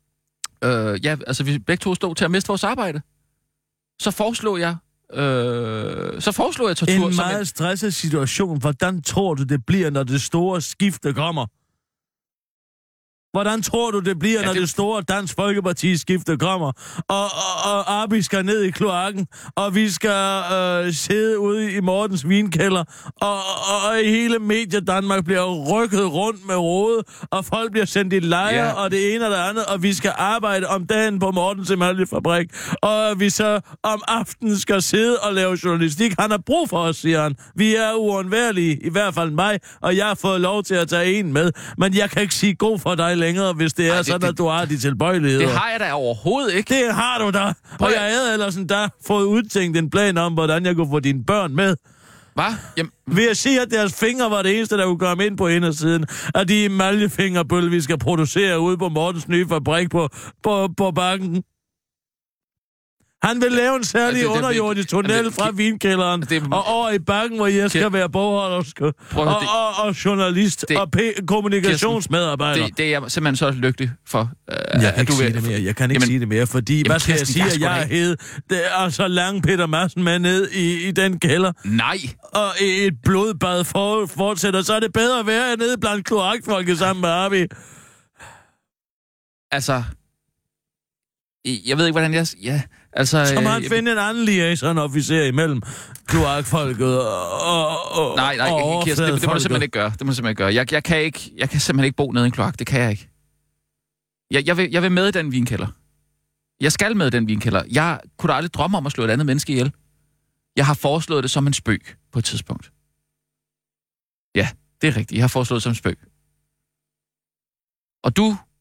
vi begge to stod til at miste vores arbejde. Så foreslog jeg tortur. En meget stresset situation. Hvordan tror du, det bliver, når det store skifte kommer? Hvordan tror du, det bliver, når det store Dansk Folkeparti-skifte kommer, og Arbi skal ned i kloakken, og vi skal sidde ude i Mortens vinkælder, og hele Medie Danmark bliver rykket rundt med rode, og folk bliver sendt i lejre, og det ene og det andet, og vi skal arbejde om dagen på Mortens emaljefabrik, og vi så om aftenen skal sidde og lave journalistik. Han har brug for os, siger han. Vi er uundværlige, i hvert fald mig, og jeg har fået lov til at tage en med, men jeg kan ikke sige god for dig længere, hvis det er sådan, at du har de tilbøjeligheder. Det har jeg da overhovedet ikke. Det har du da. Og jeg havde ellers fået udtænkt en plan om, hvordan jeg kunne få dine børn med. Hvad? Jamen... Ved at sige, at deres fingre var det eneste, der kunne komme ind på indersiden af de emaljefingerbøl, vi skal producere ude på Mortens nye fabrik på bakken. Han vil lave en særlig underjordisk tunnel fra vinkælderen og over i bakken, hvor jeg skal være bogholdersk og journalist og kommunikationsmedarbejder. Det er jeg simpelthen så lykkelig for. Jeg kan ikke sige det mere. Jeg kan ikke sige det mere, fordi hvad skal jeg sige, at jeg hed? Det er så lang Peter Madsen med ned i den kælder. Nej. Og et blodbad fortsætter, så er det bedre at være nede blandt kloakfolket sammen med Arbi. Altså... Jeg ved ikke, hvordan jeg... Ja, altså... Så må han finde en anden liaison-officer imellem kloakfolket og Nej, Kirsten, det må du simpelthen ikke gøre. Det må du simpelthen ikke gøre. Jeg kan simpelthen ikke bo nede i en kloak. Det kan jeg ikke. Jeg vil med i den vinkælder. Jeg skal med i den vinkælder. Jeg kunne da aldrig drømme om at slå et andet menneske ihjel. Jeg har foreslået det som en spøg på et tidspunkt. Ja, det er rigtigt. Jeg har foreslået det som en spøg. Og du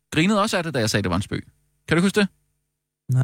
grinede også af det, da jeg sagde, det var en spøg. Kan du huske det? Nej.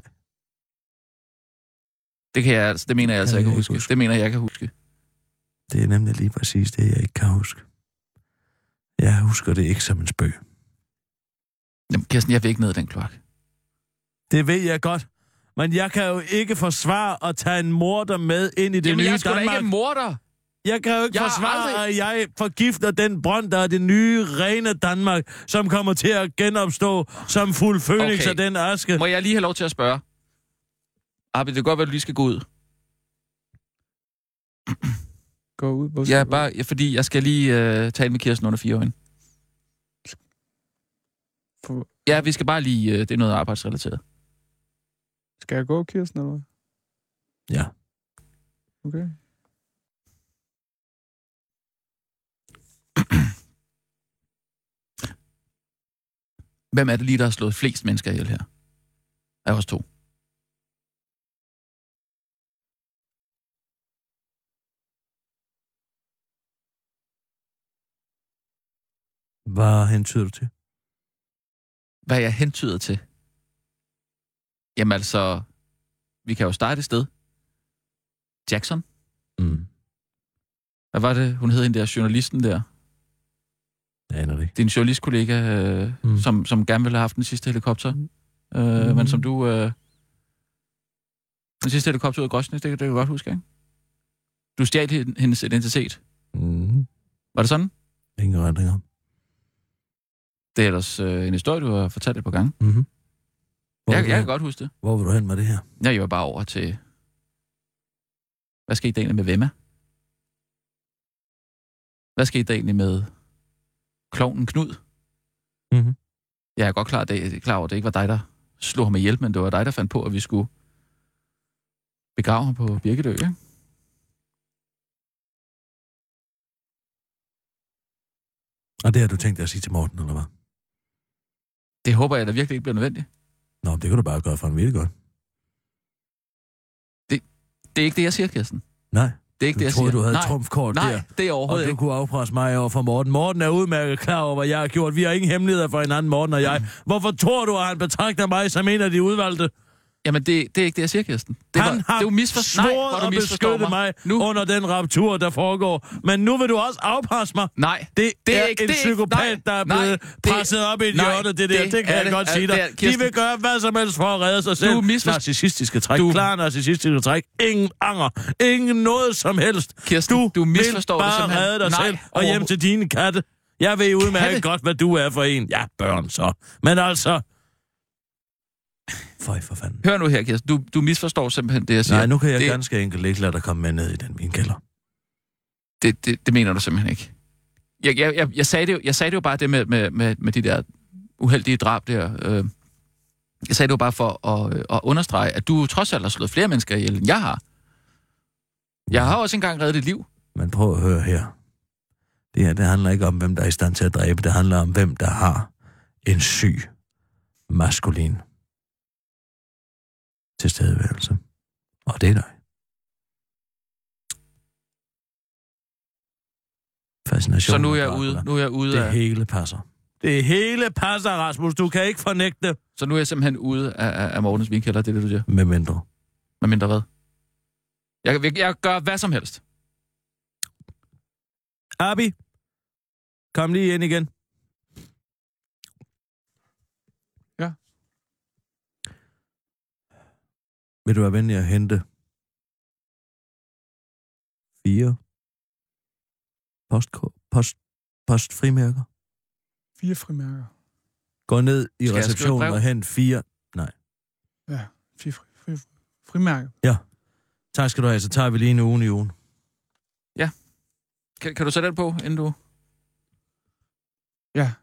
Det mener jeg altså ikke huske. Det mener jeg kan huske. Det er nemlig lige præcis det, jeg ikke kan huske. Jeg husker det ikke som en spøg. Jamen, Kirsten, jeg vil ikke ned i den kloak. Det ved jeg godt. Men jeg kan jo ikke forsvare at tage en morder med ind i det nye Danmark. Jamen, jeg er sgu da ikke morder. Jeg kan jo ikke forsvare, at jeg forgifter den brønd, der er det nye, rene Danmark, som kommer til at genopstå som fuld fønix af den aske. Må jeg lige have lov til at spørge? Abi, det kan godt være, du lige skal gå ud. Gå ud? Fordi jeg skal lige tale med Kirsten under 4 øjne. Ja, vi skal bare lige... det er noget arbejdsrelateret. Skal jeg gå, Kirsten, eller hvad? Ja. Okay. Hvem er det lige, der har slået flest mennesker ihjel her? Af os 2. Hvad hentyder du til? Hvad jeg hentyder til? Jamen altså, vi kan jo starte et sted. Jackson. Mm. Hvad var det, hun hed, hende der journalisten der? Jeg aner det ikke. Din journalistkollega, som gerne ville have haft den sidste helikopter. Men som du... den sidste helikopter ud af Grøsnes, det kan du godt huske, ikke? Du stjal hendes identitet. Mm. Var det sådan? Ingen retning om. Det er ellers en historie, du har fortalt et par gange. Mm-hmm. Jeg kan godt huske det. Hvor vil du hen med det her? Jeg var bare over til... Hvad skete der egentlig med Vemma? Hvad skete der egentlig med klovnen Knud? Mm-hmm. Jeg er godt klar over, at det ikke var dig, der slog ham ihjel, men det var dig, der fandt på, at vi skulle begrave ham på Birkedø, ikke? Og det har du tænkt dig at sige til Morten, eller hvad? Det håber jeg da virkelig ikke bliver nødvendigt. Nå, det kan du bare gøre for en virkelig godt. Det er ikke det, jeg siger, Kirsten. Nej. Det er ikke det, jeg siger. Du havde trumfkort der. Nej, det er overhovedet ikke. Og du kunne afpresse mig over for Morten. Morten er udmærket klar over, hvad jeg har gjort. Vi har ingen hemmeligheder for hinanden, Morten og jeg. Hvorfor tror du, at han betragter mig som en af de udvalgte? Jamen, det er ikke det, jeg siger, Kirsten. Han har svoret at beskytte mig under den raptur, der foregår. Men nu vil du også afpasse mig. Nej, det er ikke en psykopat, der er blevet presset op i et hjørne, det der. Det kan jeg godt sige dig. De vil gøre hvad som helst for at redde sig selv. Narcissistiske træk. Klar narcissistiske træk. Ingen anger. Ingen noget som helst. Kirsten, du misforstår det simpelthen. Du vil bare redde dig selv og hjem til dine katte. Jeg ved udmærket godt, hvad du er for en. Ja, børn så. Men altså... Føj for fanden. Hør nu her, Kirsten. Du misforstår simpelthen det, jeg siger. Nej, nu kan jeg ganske enkelt ikke lade dig komme med ned i den vinkælder. Det mener du simpelthen ikke. Jeg sagde det jo bare det med de der uheldige drab der. Jeg sagde det jo bare for at understrege, at du trods alt har slået flere mennesker ihjel, end jeg har. Jeg har også engang reddet dit liv. Men prøv at høre her. Det her, det handler ikke om, hvem der er i stand til at dræbe. Det handler om, hvem der har en syg maskulin tilstedeværelse. Og det er dig. Fascination. Så nu er jeg ude Det hele passer. Det hele passer, Rasmus. Du kan ikke fornægte det. Så nu er jeg simpelthen ude af Mortens vinkælder, det er det, du siger? Med mindre. Med mindre hvad? Jeg gør hvad som helst. Abi, kom lige ind igen. Ja. Vil du være venlig at hente 4 postfrimærker? 4 frimærker. Gå ned i receptionen og hent 4... Nej. Ja, 4 frimærker. Ja. Tak skal du have, så tager vi lige en uge i ugen. Ja. Kan du sætte den på, inden du... Ja.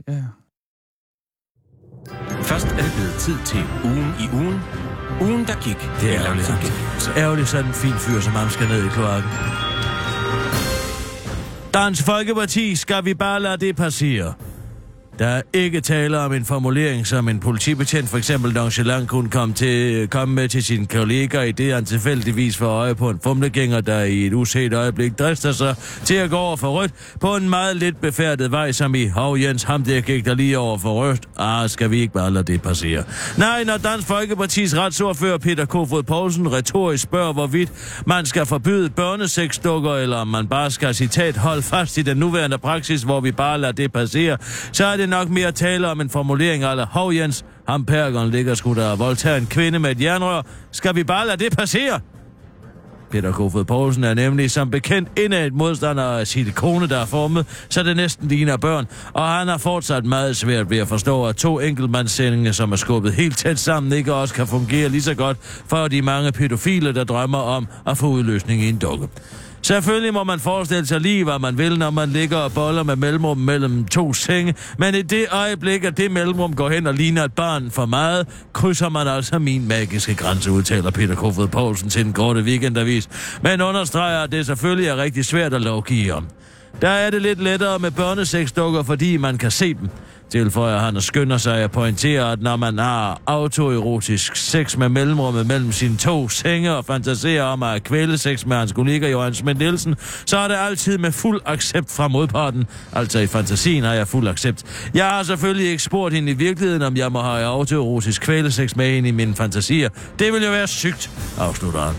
Først er det blevet tid til ugen i ugen. Ugen, der gik. Det er ærgerligt sådan en fin fyr, som ham skal ned i kloakken. Dansk Folkeparti, skal vi bare lade det passere? Der er ikke tale om en formulering, som en politibetjent for eksempel nonchalant kunne komme med til sine kolleger, i det han tilfældigvis får øje på en fumlegænger, der i et uset øjeblik drister sig til at gå over for rødt på en meget lidt befærdet vej, som i Hov Jens, ham der gik der lige over for rødt. Skal vi ikke bare lade det passere? Nej, når Dansk Folkepartis retsordfører Peter Kofod Poulsen retorisk spørger, hvorvidt man skal forbyde børnesexdukker, eller om man bare skal, citat, holde fast i den nuværende praksis, hvor vi bare lader det passere, så er det nok mere tale om en formulering eller Hov Jens, ham perkeren ligger sgu der og voldtager en kvinde med et jernrør. Skal vi bare lade det passere? Peter Kofod Poulsen er nemlig som bekendt indad et modstander af silikone, der er formet, så det næsten ligner børn, og han har fortsat meget svært ved at forstå, at 2 enkeltmandssendinger, som er skubbet helt tæt sammen, ikke også kan fungere lige så godt for de mange pædofile, der drømmer om at få udløsning i en dukke. Selvfølgelig må man forestille sig lige, hvad man vil, når man ligger og boller med mellemrum mellem 2 senge, men i det øjeblik, at det mellemrum går hen og ligner et barn for meget, krydser man altså min magiske grænse, udtaler Peter Kofod Poulsen til den korte weekendavis, men understreger, at det selvfølgelig er rigtig svært at lovgive om. Der er det lidt lettere med børnesexdukker, fordi man kan se dem. Tilføjer han og skynder sig at pointere, at når man har autoerotisk sex med mellemrummet mellem sine 2 senge og fantaserer om at kvæle sex med hans kollega Johan Schmidt Nielsen, så er det altid med fuld accept fra modparten. Altså i fantasien har jeg fuld accept. Jeg har selvfølgelig ikke spurgt hende i virkeligheden, om jeg må have autoerotisk kvælesex med hende i mine fantasier. Det vil jo være sygt, afslutter han.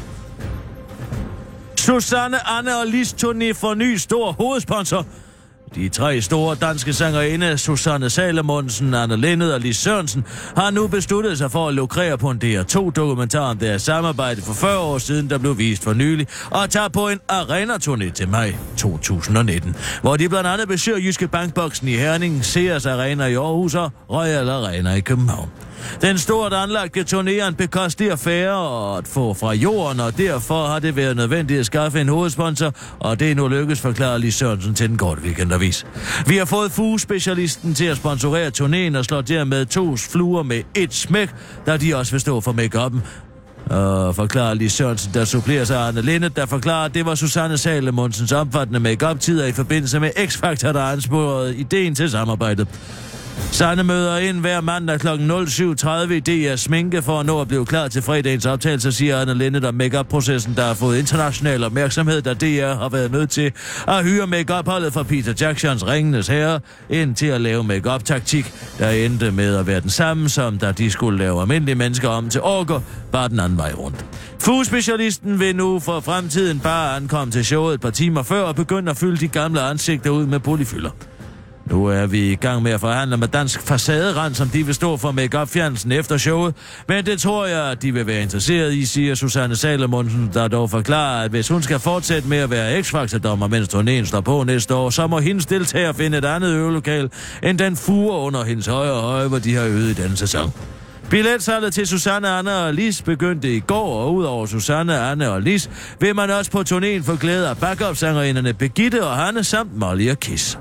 Susanne, Anne og Lis turné for ny stor hovedsponsor. De 3 store danske sangerinder, Susanne Salomonsen, Anne Linnet og Lis Sørensen, har nu besluttet sig for at lukrere på en DR2-dokumentar om deres samarbejde for 40 år siden, der blev vist for nylig, og tager på en arena-turné til maj 2019, hvor de blandt andet besøger Jyske Bankboksen i Herning, Sears Arena i Aarhus og Royal Arena i København. Den stort anlagte turnéen bekoster affære at få fra jorden, og derfor har det været nødvendigt at skaffe en hovedsponsor, og det er nu lykkes, forklarer Lis Sørensen til den korte weekendavis. Vi har fået FUGE-specialisten til at sponsorere turnéen og slår dermed 2 fluer med 1 smæk, da de også vil stå for make-up'en. Forklarer Lis Sørensen, der supplerer sig Arne Linnet, der forklarer, at det var Susanne Salomonsens omfattende make-up-tider i forbindelse med X-Factor, der ansporede ideen til samarbejdet. Sanne møder ind hver mandag kl. 07.30 i DR Sminke for at nå at blive klar til fredagens optagelse, siger Arne Linnet om make-up-processen, der har fået international opmærksomhed, da DR har været nødt til at hyre make-up-holdet fra Peter Jacksons Ringenes Herre ind til at lave make-up-taktik, der endte med at være den samme, som da de skulle lave almindelige mennesker om til orker, bare den anden vej rundt. FUGE-specialisten vil nu for fremtiden bare ankomme til showet et par timer før og begynde at fylde de gamle ansigter ud med polyfylder. Nu er vi i gang med at forhandle med Dansk Facaderand, som de vil stå for make-up-fjernelsen efter showet, men det tror jeg, at de vil være interesseret i, siger Susanne Salomonsen, der dog forklarer, at hvis hun skal fortsætte med at være X-Factor-dommer, mens turnéen står på næste år, så må hendes deltager finde et andet øvelokal end den fure under hendes høje, hvor de har øvet i denne sæson. Billetsalget til Susanne, Anne og Lis begyndte i går, og udover Susanne, Anne og Lis, vil man også på turnéen få glæde af backup-sangerinderne Birgitte og Hanne samt Molly og Kiss.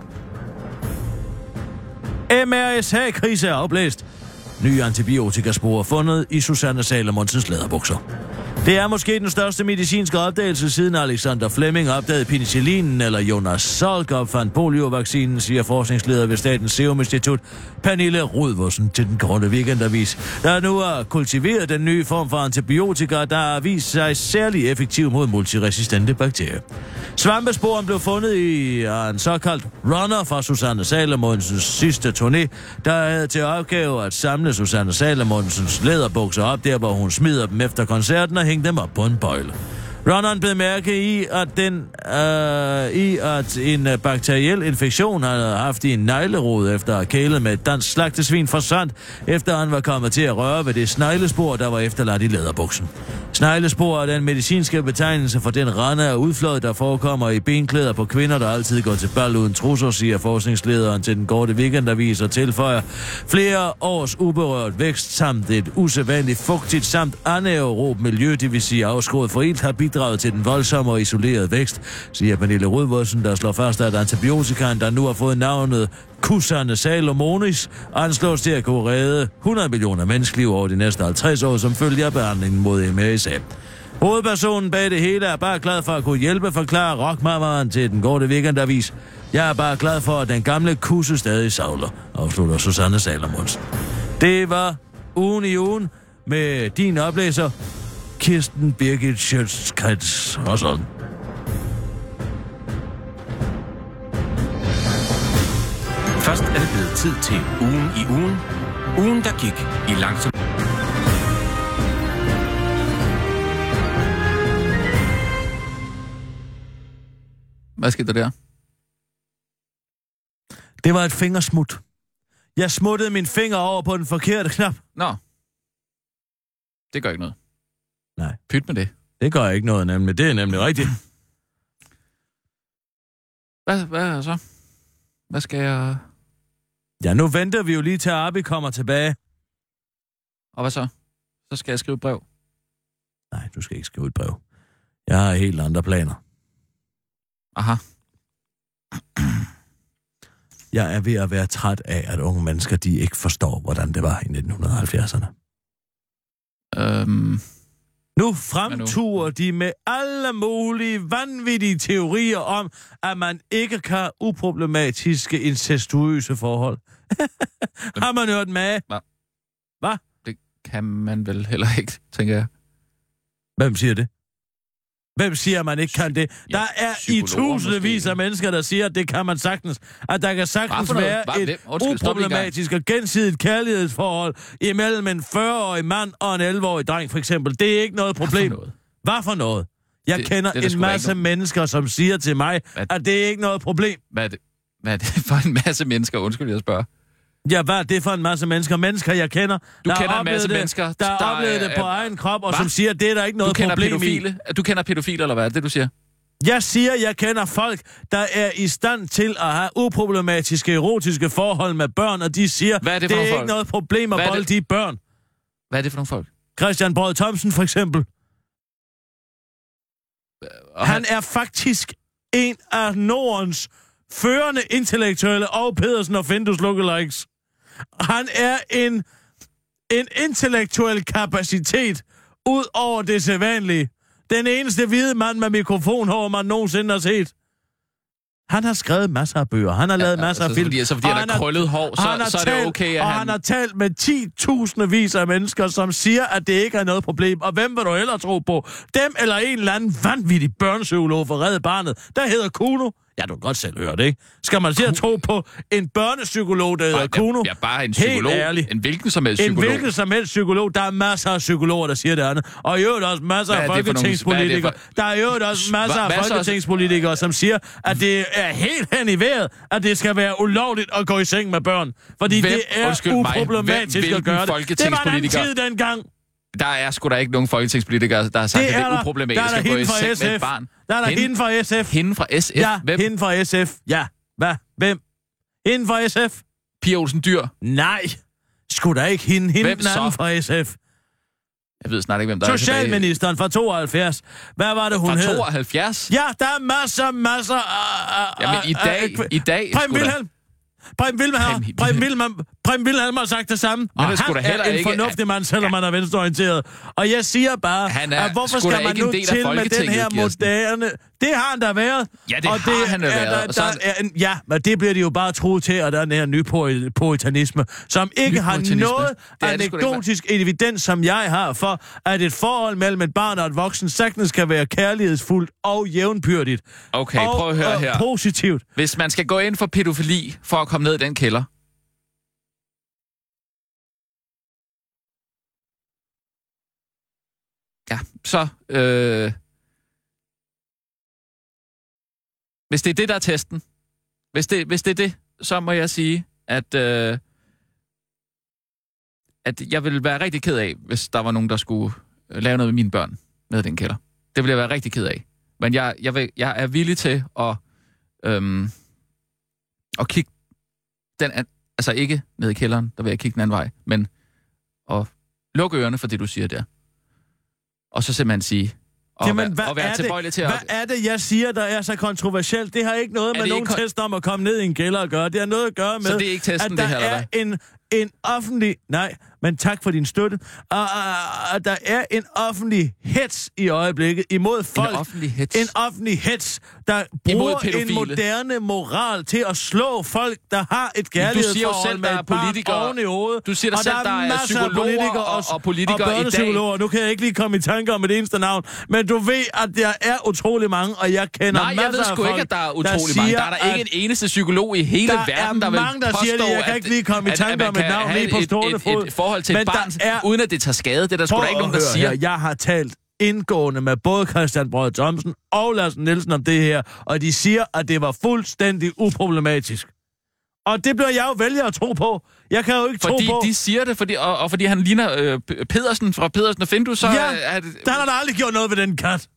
MRSA-krise er afblæst. Nye antibiotikaspor fundet i Susanne Salomonsens læderbukser. Det er måske den største medicinske opdagelse siden Alexander Fleming opdagede penicillinen, eller Jonas Salk opfandt poliovaccinen, siger forskningsleder ved Statens Serum Institut, Pernille Rudvossen, til den korte weekendavis, der nu har kultiveret den nye form for antibiotika, der har vist sig særlig effektiv mod multiresistente bakterier. Svampesporen blev fundet i en såkaldt runner fra Susanne Salomonsens sidste turné, der havde til opgave at samle Susanne Salomonsens læderbukser op der, hvor hun smider dem efter koncerten og hænge dem op på en bøjle. Runneren blev mærke i, at en bakteriel infektion havde haft i en neglerod efter at kæle med et dansk slagtesvin forsvandt, efter han var kommet til at røre ved det sneglespor, der var efterladt i læderbuksen. Sneglespor er den medicinske betegnelse for den rande af udflod, der forekommer i benklæder på kvinder, der altid går til bal uden trusser, siger forskningslederen til den korte weekendavis og tilføjer flere års uberørt vækst samt et usædvanligt fugtigt samt anaerob miljø, det vil sige afskåret for ilt, har bidraget til den voldsomme og isolerede vækst, siger Pernille Rudvossen, der slår fast, at antibiotikaen, der nu har fået navnet Susanne Salomonis, anslås til at kunne redde 100 millioner menneskeliv over de næste 50 år, som følger behandlingen mod MRSA. Hovedpersonen bag det hele er bare glad for at kunne hjælpe, forklarer rockmammeren til den korte weekendavis. Jeg er bare glad for, at den gamle kusse stadig savler, afslutter Susanne Salomonsen. Det var ugen i ugen med din oplæser, Kirsten Birgit Schøtz-Krets og sådan. Først er det blevet tid til ugen i ugen. Ugen, der gik i langsom. Hvad skete der? Det var et fingersmut. Jeg smuttede min finger over på den forkerte knap. Nå. Det gør ikke noget. Nej. Pyt med det. Det gør ikke noget, nemlig. Det er nemlig rigtigt. Hvad så? Hvad skal jeg... Ja, nu venter vi jo lige til Arbi kommer tilbage. Og hvad så? Så skal jeg skrive et brev. Nej, du skal ikke skrive et brev. Jeg har helt andre planer. Aha. Jeg er ved at være træt af, at unge mennesker, de ikke forstår, hvordan det var i 1970'erne. Nu fremturer de med alle mulige vanvittige teorier om, at man ikke kan have uproblematiske incestuøse forhold. Har man hørt med? Hvad? Det kan man vel heller ikke, tænker jeg. Hvem siger det? Hvem siger, at man ikke kan det? Der er i tusindvis af mennesker, der siger, at det kan man sagtens. At der kan sagtens være et uproblematisk og gensidigt kærlighedsforhold imellem en 40-årig mand og en 11-årig dreng, for eksempel. Det er ikke noget problem. Hvad for noget? Jeg kender en masse mennesker, som siger til mig, at det er ikke noget problem. Hvad er det for en masse mennesker? Undskyld, jeg spørger. Ja, hvad er det for en masse mennesker? Mennesker, jeg kender. Du kender en masse mennesker, der har oplevet det på egen krop, og som siger, at det er der ikke noget problem i. Du kender pædofile, eller hvad er det, du siger? Jeg siger, jeg kender folk, der er i stand til at have uproblematiske erotiske forhold med børn, og de siger, det er ikke noget problem at volde de børn. Hvad er det for nogle folk? Christian Brød Thomsen, for eksempel. Han er faktisk en af Nordens førende intellektuelle og Pedersen og Findus lookalikes. Han er en intellektuel kapacitet ud over det sædvanlige. Den eneste hvide mand med mikrofonhår, man nogensinde har set. Han har skrevet masser af bøger. Han har lavet masser af film. Fordi han har krøllet hår, så er det okay, at han har talt med 10.000 af mennesker, som siger, at det ikke er noget problem. Og hvem vil du hellere tro på? Dem eller en eller anden vanvittig børnepsykolog for Red Barnet, der hedder Kuno. Ja, du kan godt selv høre det, ikke? Skal man sige at tro på en børnepsykolog, der hedder Kuno? Ja, bare en psykolog. En hvilken som helst psykolog. En hvilken som helst psykolog. Der er masser af psykologer, der siger det andet. Og i øvrigt også masser af folketingspolitikere. Der er i øvrigt også masser af folketingspolitikere, som siger, at det er helt hen i vejret, at det skal være ulovligt at gå i seng med børn. Fordi det er uproblematisk at gøre det. Det var en anden tid dengang. Der er sgu da ikke nogen folketingspolitikere, der har sagt, at det er uproblematisk at gå i seng med et barn. Der er der hende fra SF. Hende fra SF? Ja, hvem? hende fra SF. Ja, hvad? Hvem? Hende fra SF? Pia Olsen Dyhr? Nej, sgu da ikke hende. Hende hvem den anden så? fra SF. Jeg ved snart ikke, hvem der er. Socialministeren fra 72. Hvad var det, hun hed? Fra 72? Ja, der er masser af... Jamen, i dag... Preben Wilhelm har sagt det samme, og han er en fornuftig mand, selvom man er venstreorienteret. Og jeg siger bare, at hvorfor skal man nu til med den her moderne... Det har han da været. Ja, det har han da været. Ja, men det bliver de jo bare truet til, at der er den her nypuritanisme, som ikke har noget anekdotisk evidens, som jeg har, for at et forhold mellem et barn og et voksen sagtens kan være kærlighedsfuldt og jævnbyrdigt. Okay, prøv at høre her. Positivt. Hvis man skal gå ind for pædofili for at komme ned i den kælder, ja, så... Hvis det er det, der er testen, hvis det er det, så må jeg sige, at jeg ville være rigtig ked af, hvis der var nogen, der skulle lave noget med mine børn ned i den kælder. Det ville jeg være rigtig ked af. Men jeg er villig til at kigge den, altså ikke ned i kælderen, der vil jeg kigge den anden vej, men at lukke ørerne for det, du siger der. Og så simpelthen sige... Jamen, hvad er det, jeg siger, der er så kontroversielt? Det har ikke noget med nogen test om at komme ned i en kælder at gøre. Det har noget at gøre med, så det er ikke testen, at der er en offentlig... Nej, men tak for din støtte. Og der er en offentlig hets i øjeblikket imod folk. En offentlig hets, der bruger en moderne moral til at slå folk, der har et kærlighedsforhold med et barn oven i hovedet. Du siger dig selv, der er psykologer og politikere og børnepsykologer. Nu kan jeg ikke lige komme i tanker om et eneste navn, men du ved, at der er utrolig mange, og jeg kender masser af folk, jeg ved sgu ikke, at der er utrolig mange. Der er der ikke en eneste psykolog i hele verden, der vil påstå, der siger det. Jeg kan ikke lige komme i tanker om et navn lige på stående fod. Et forhold til et barn, uden at det tager skade. Det er der sgu da ikke nogen, der siger. Jeg har talt indgående med både Christian Brød Thomsen og Lars Nielsen om det her, og de siger, at det var fuldstændig uproblematisk. Og det bliver jeg jo vælger at tro på. Jeg kan jo ikke tro på... Fordi de siger det, fordi han ligner Pedersen fra Pedersen og Findus, så... Ja, han har da aldrig gjort noget ved den kat.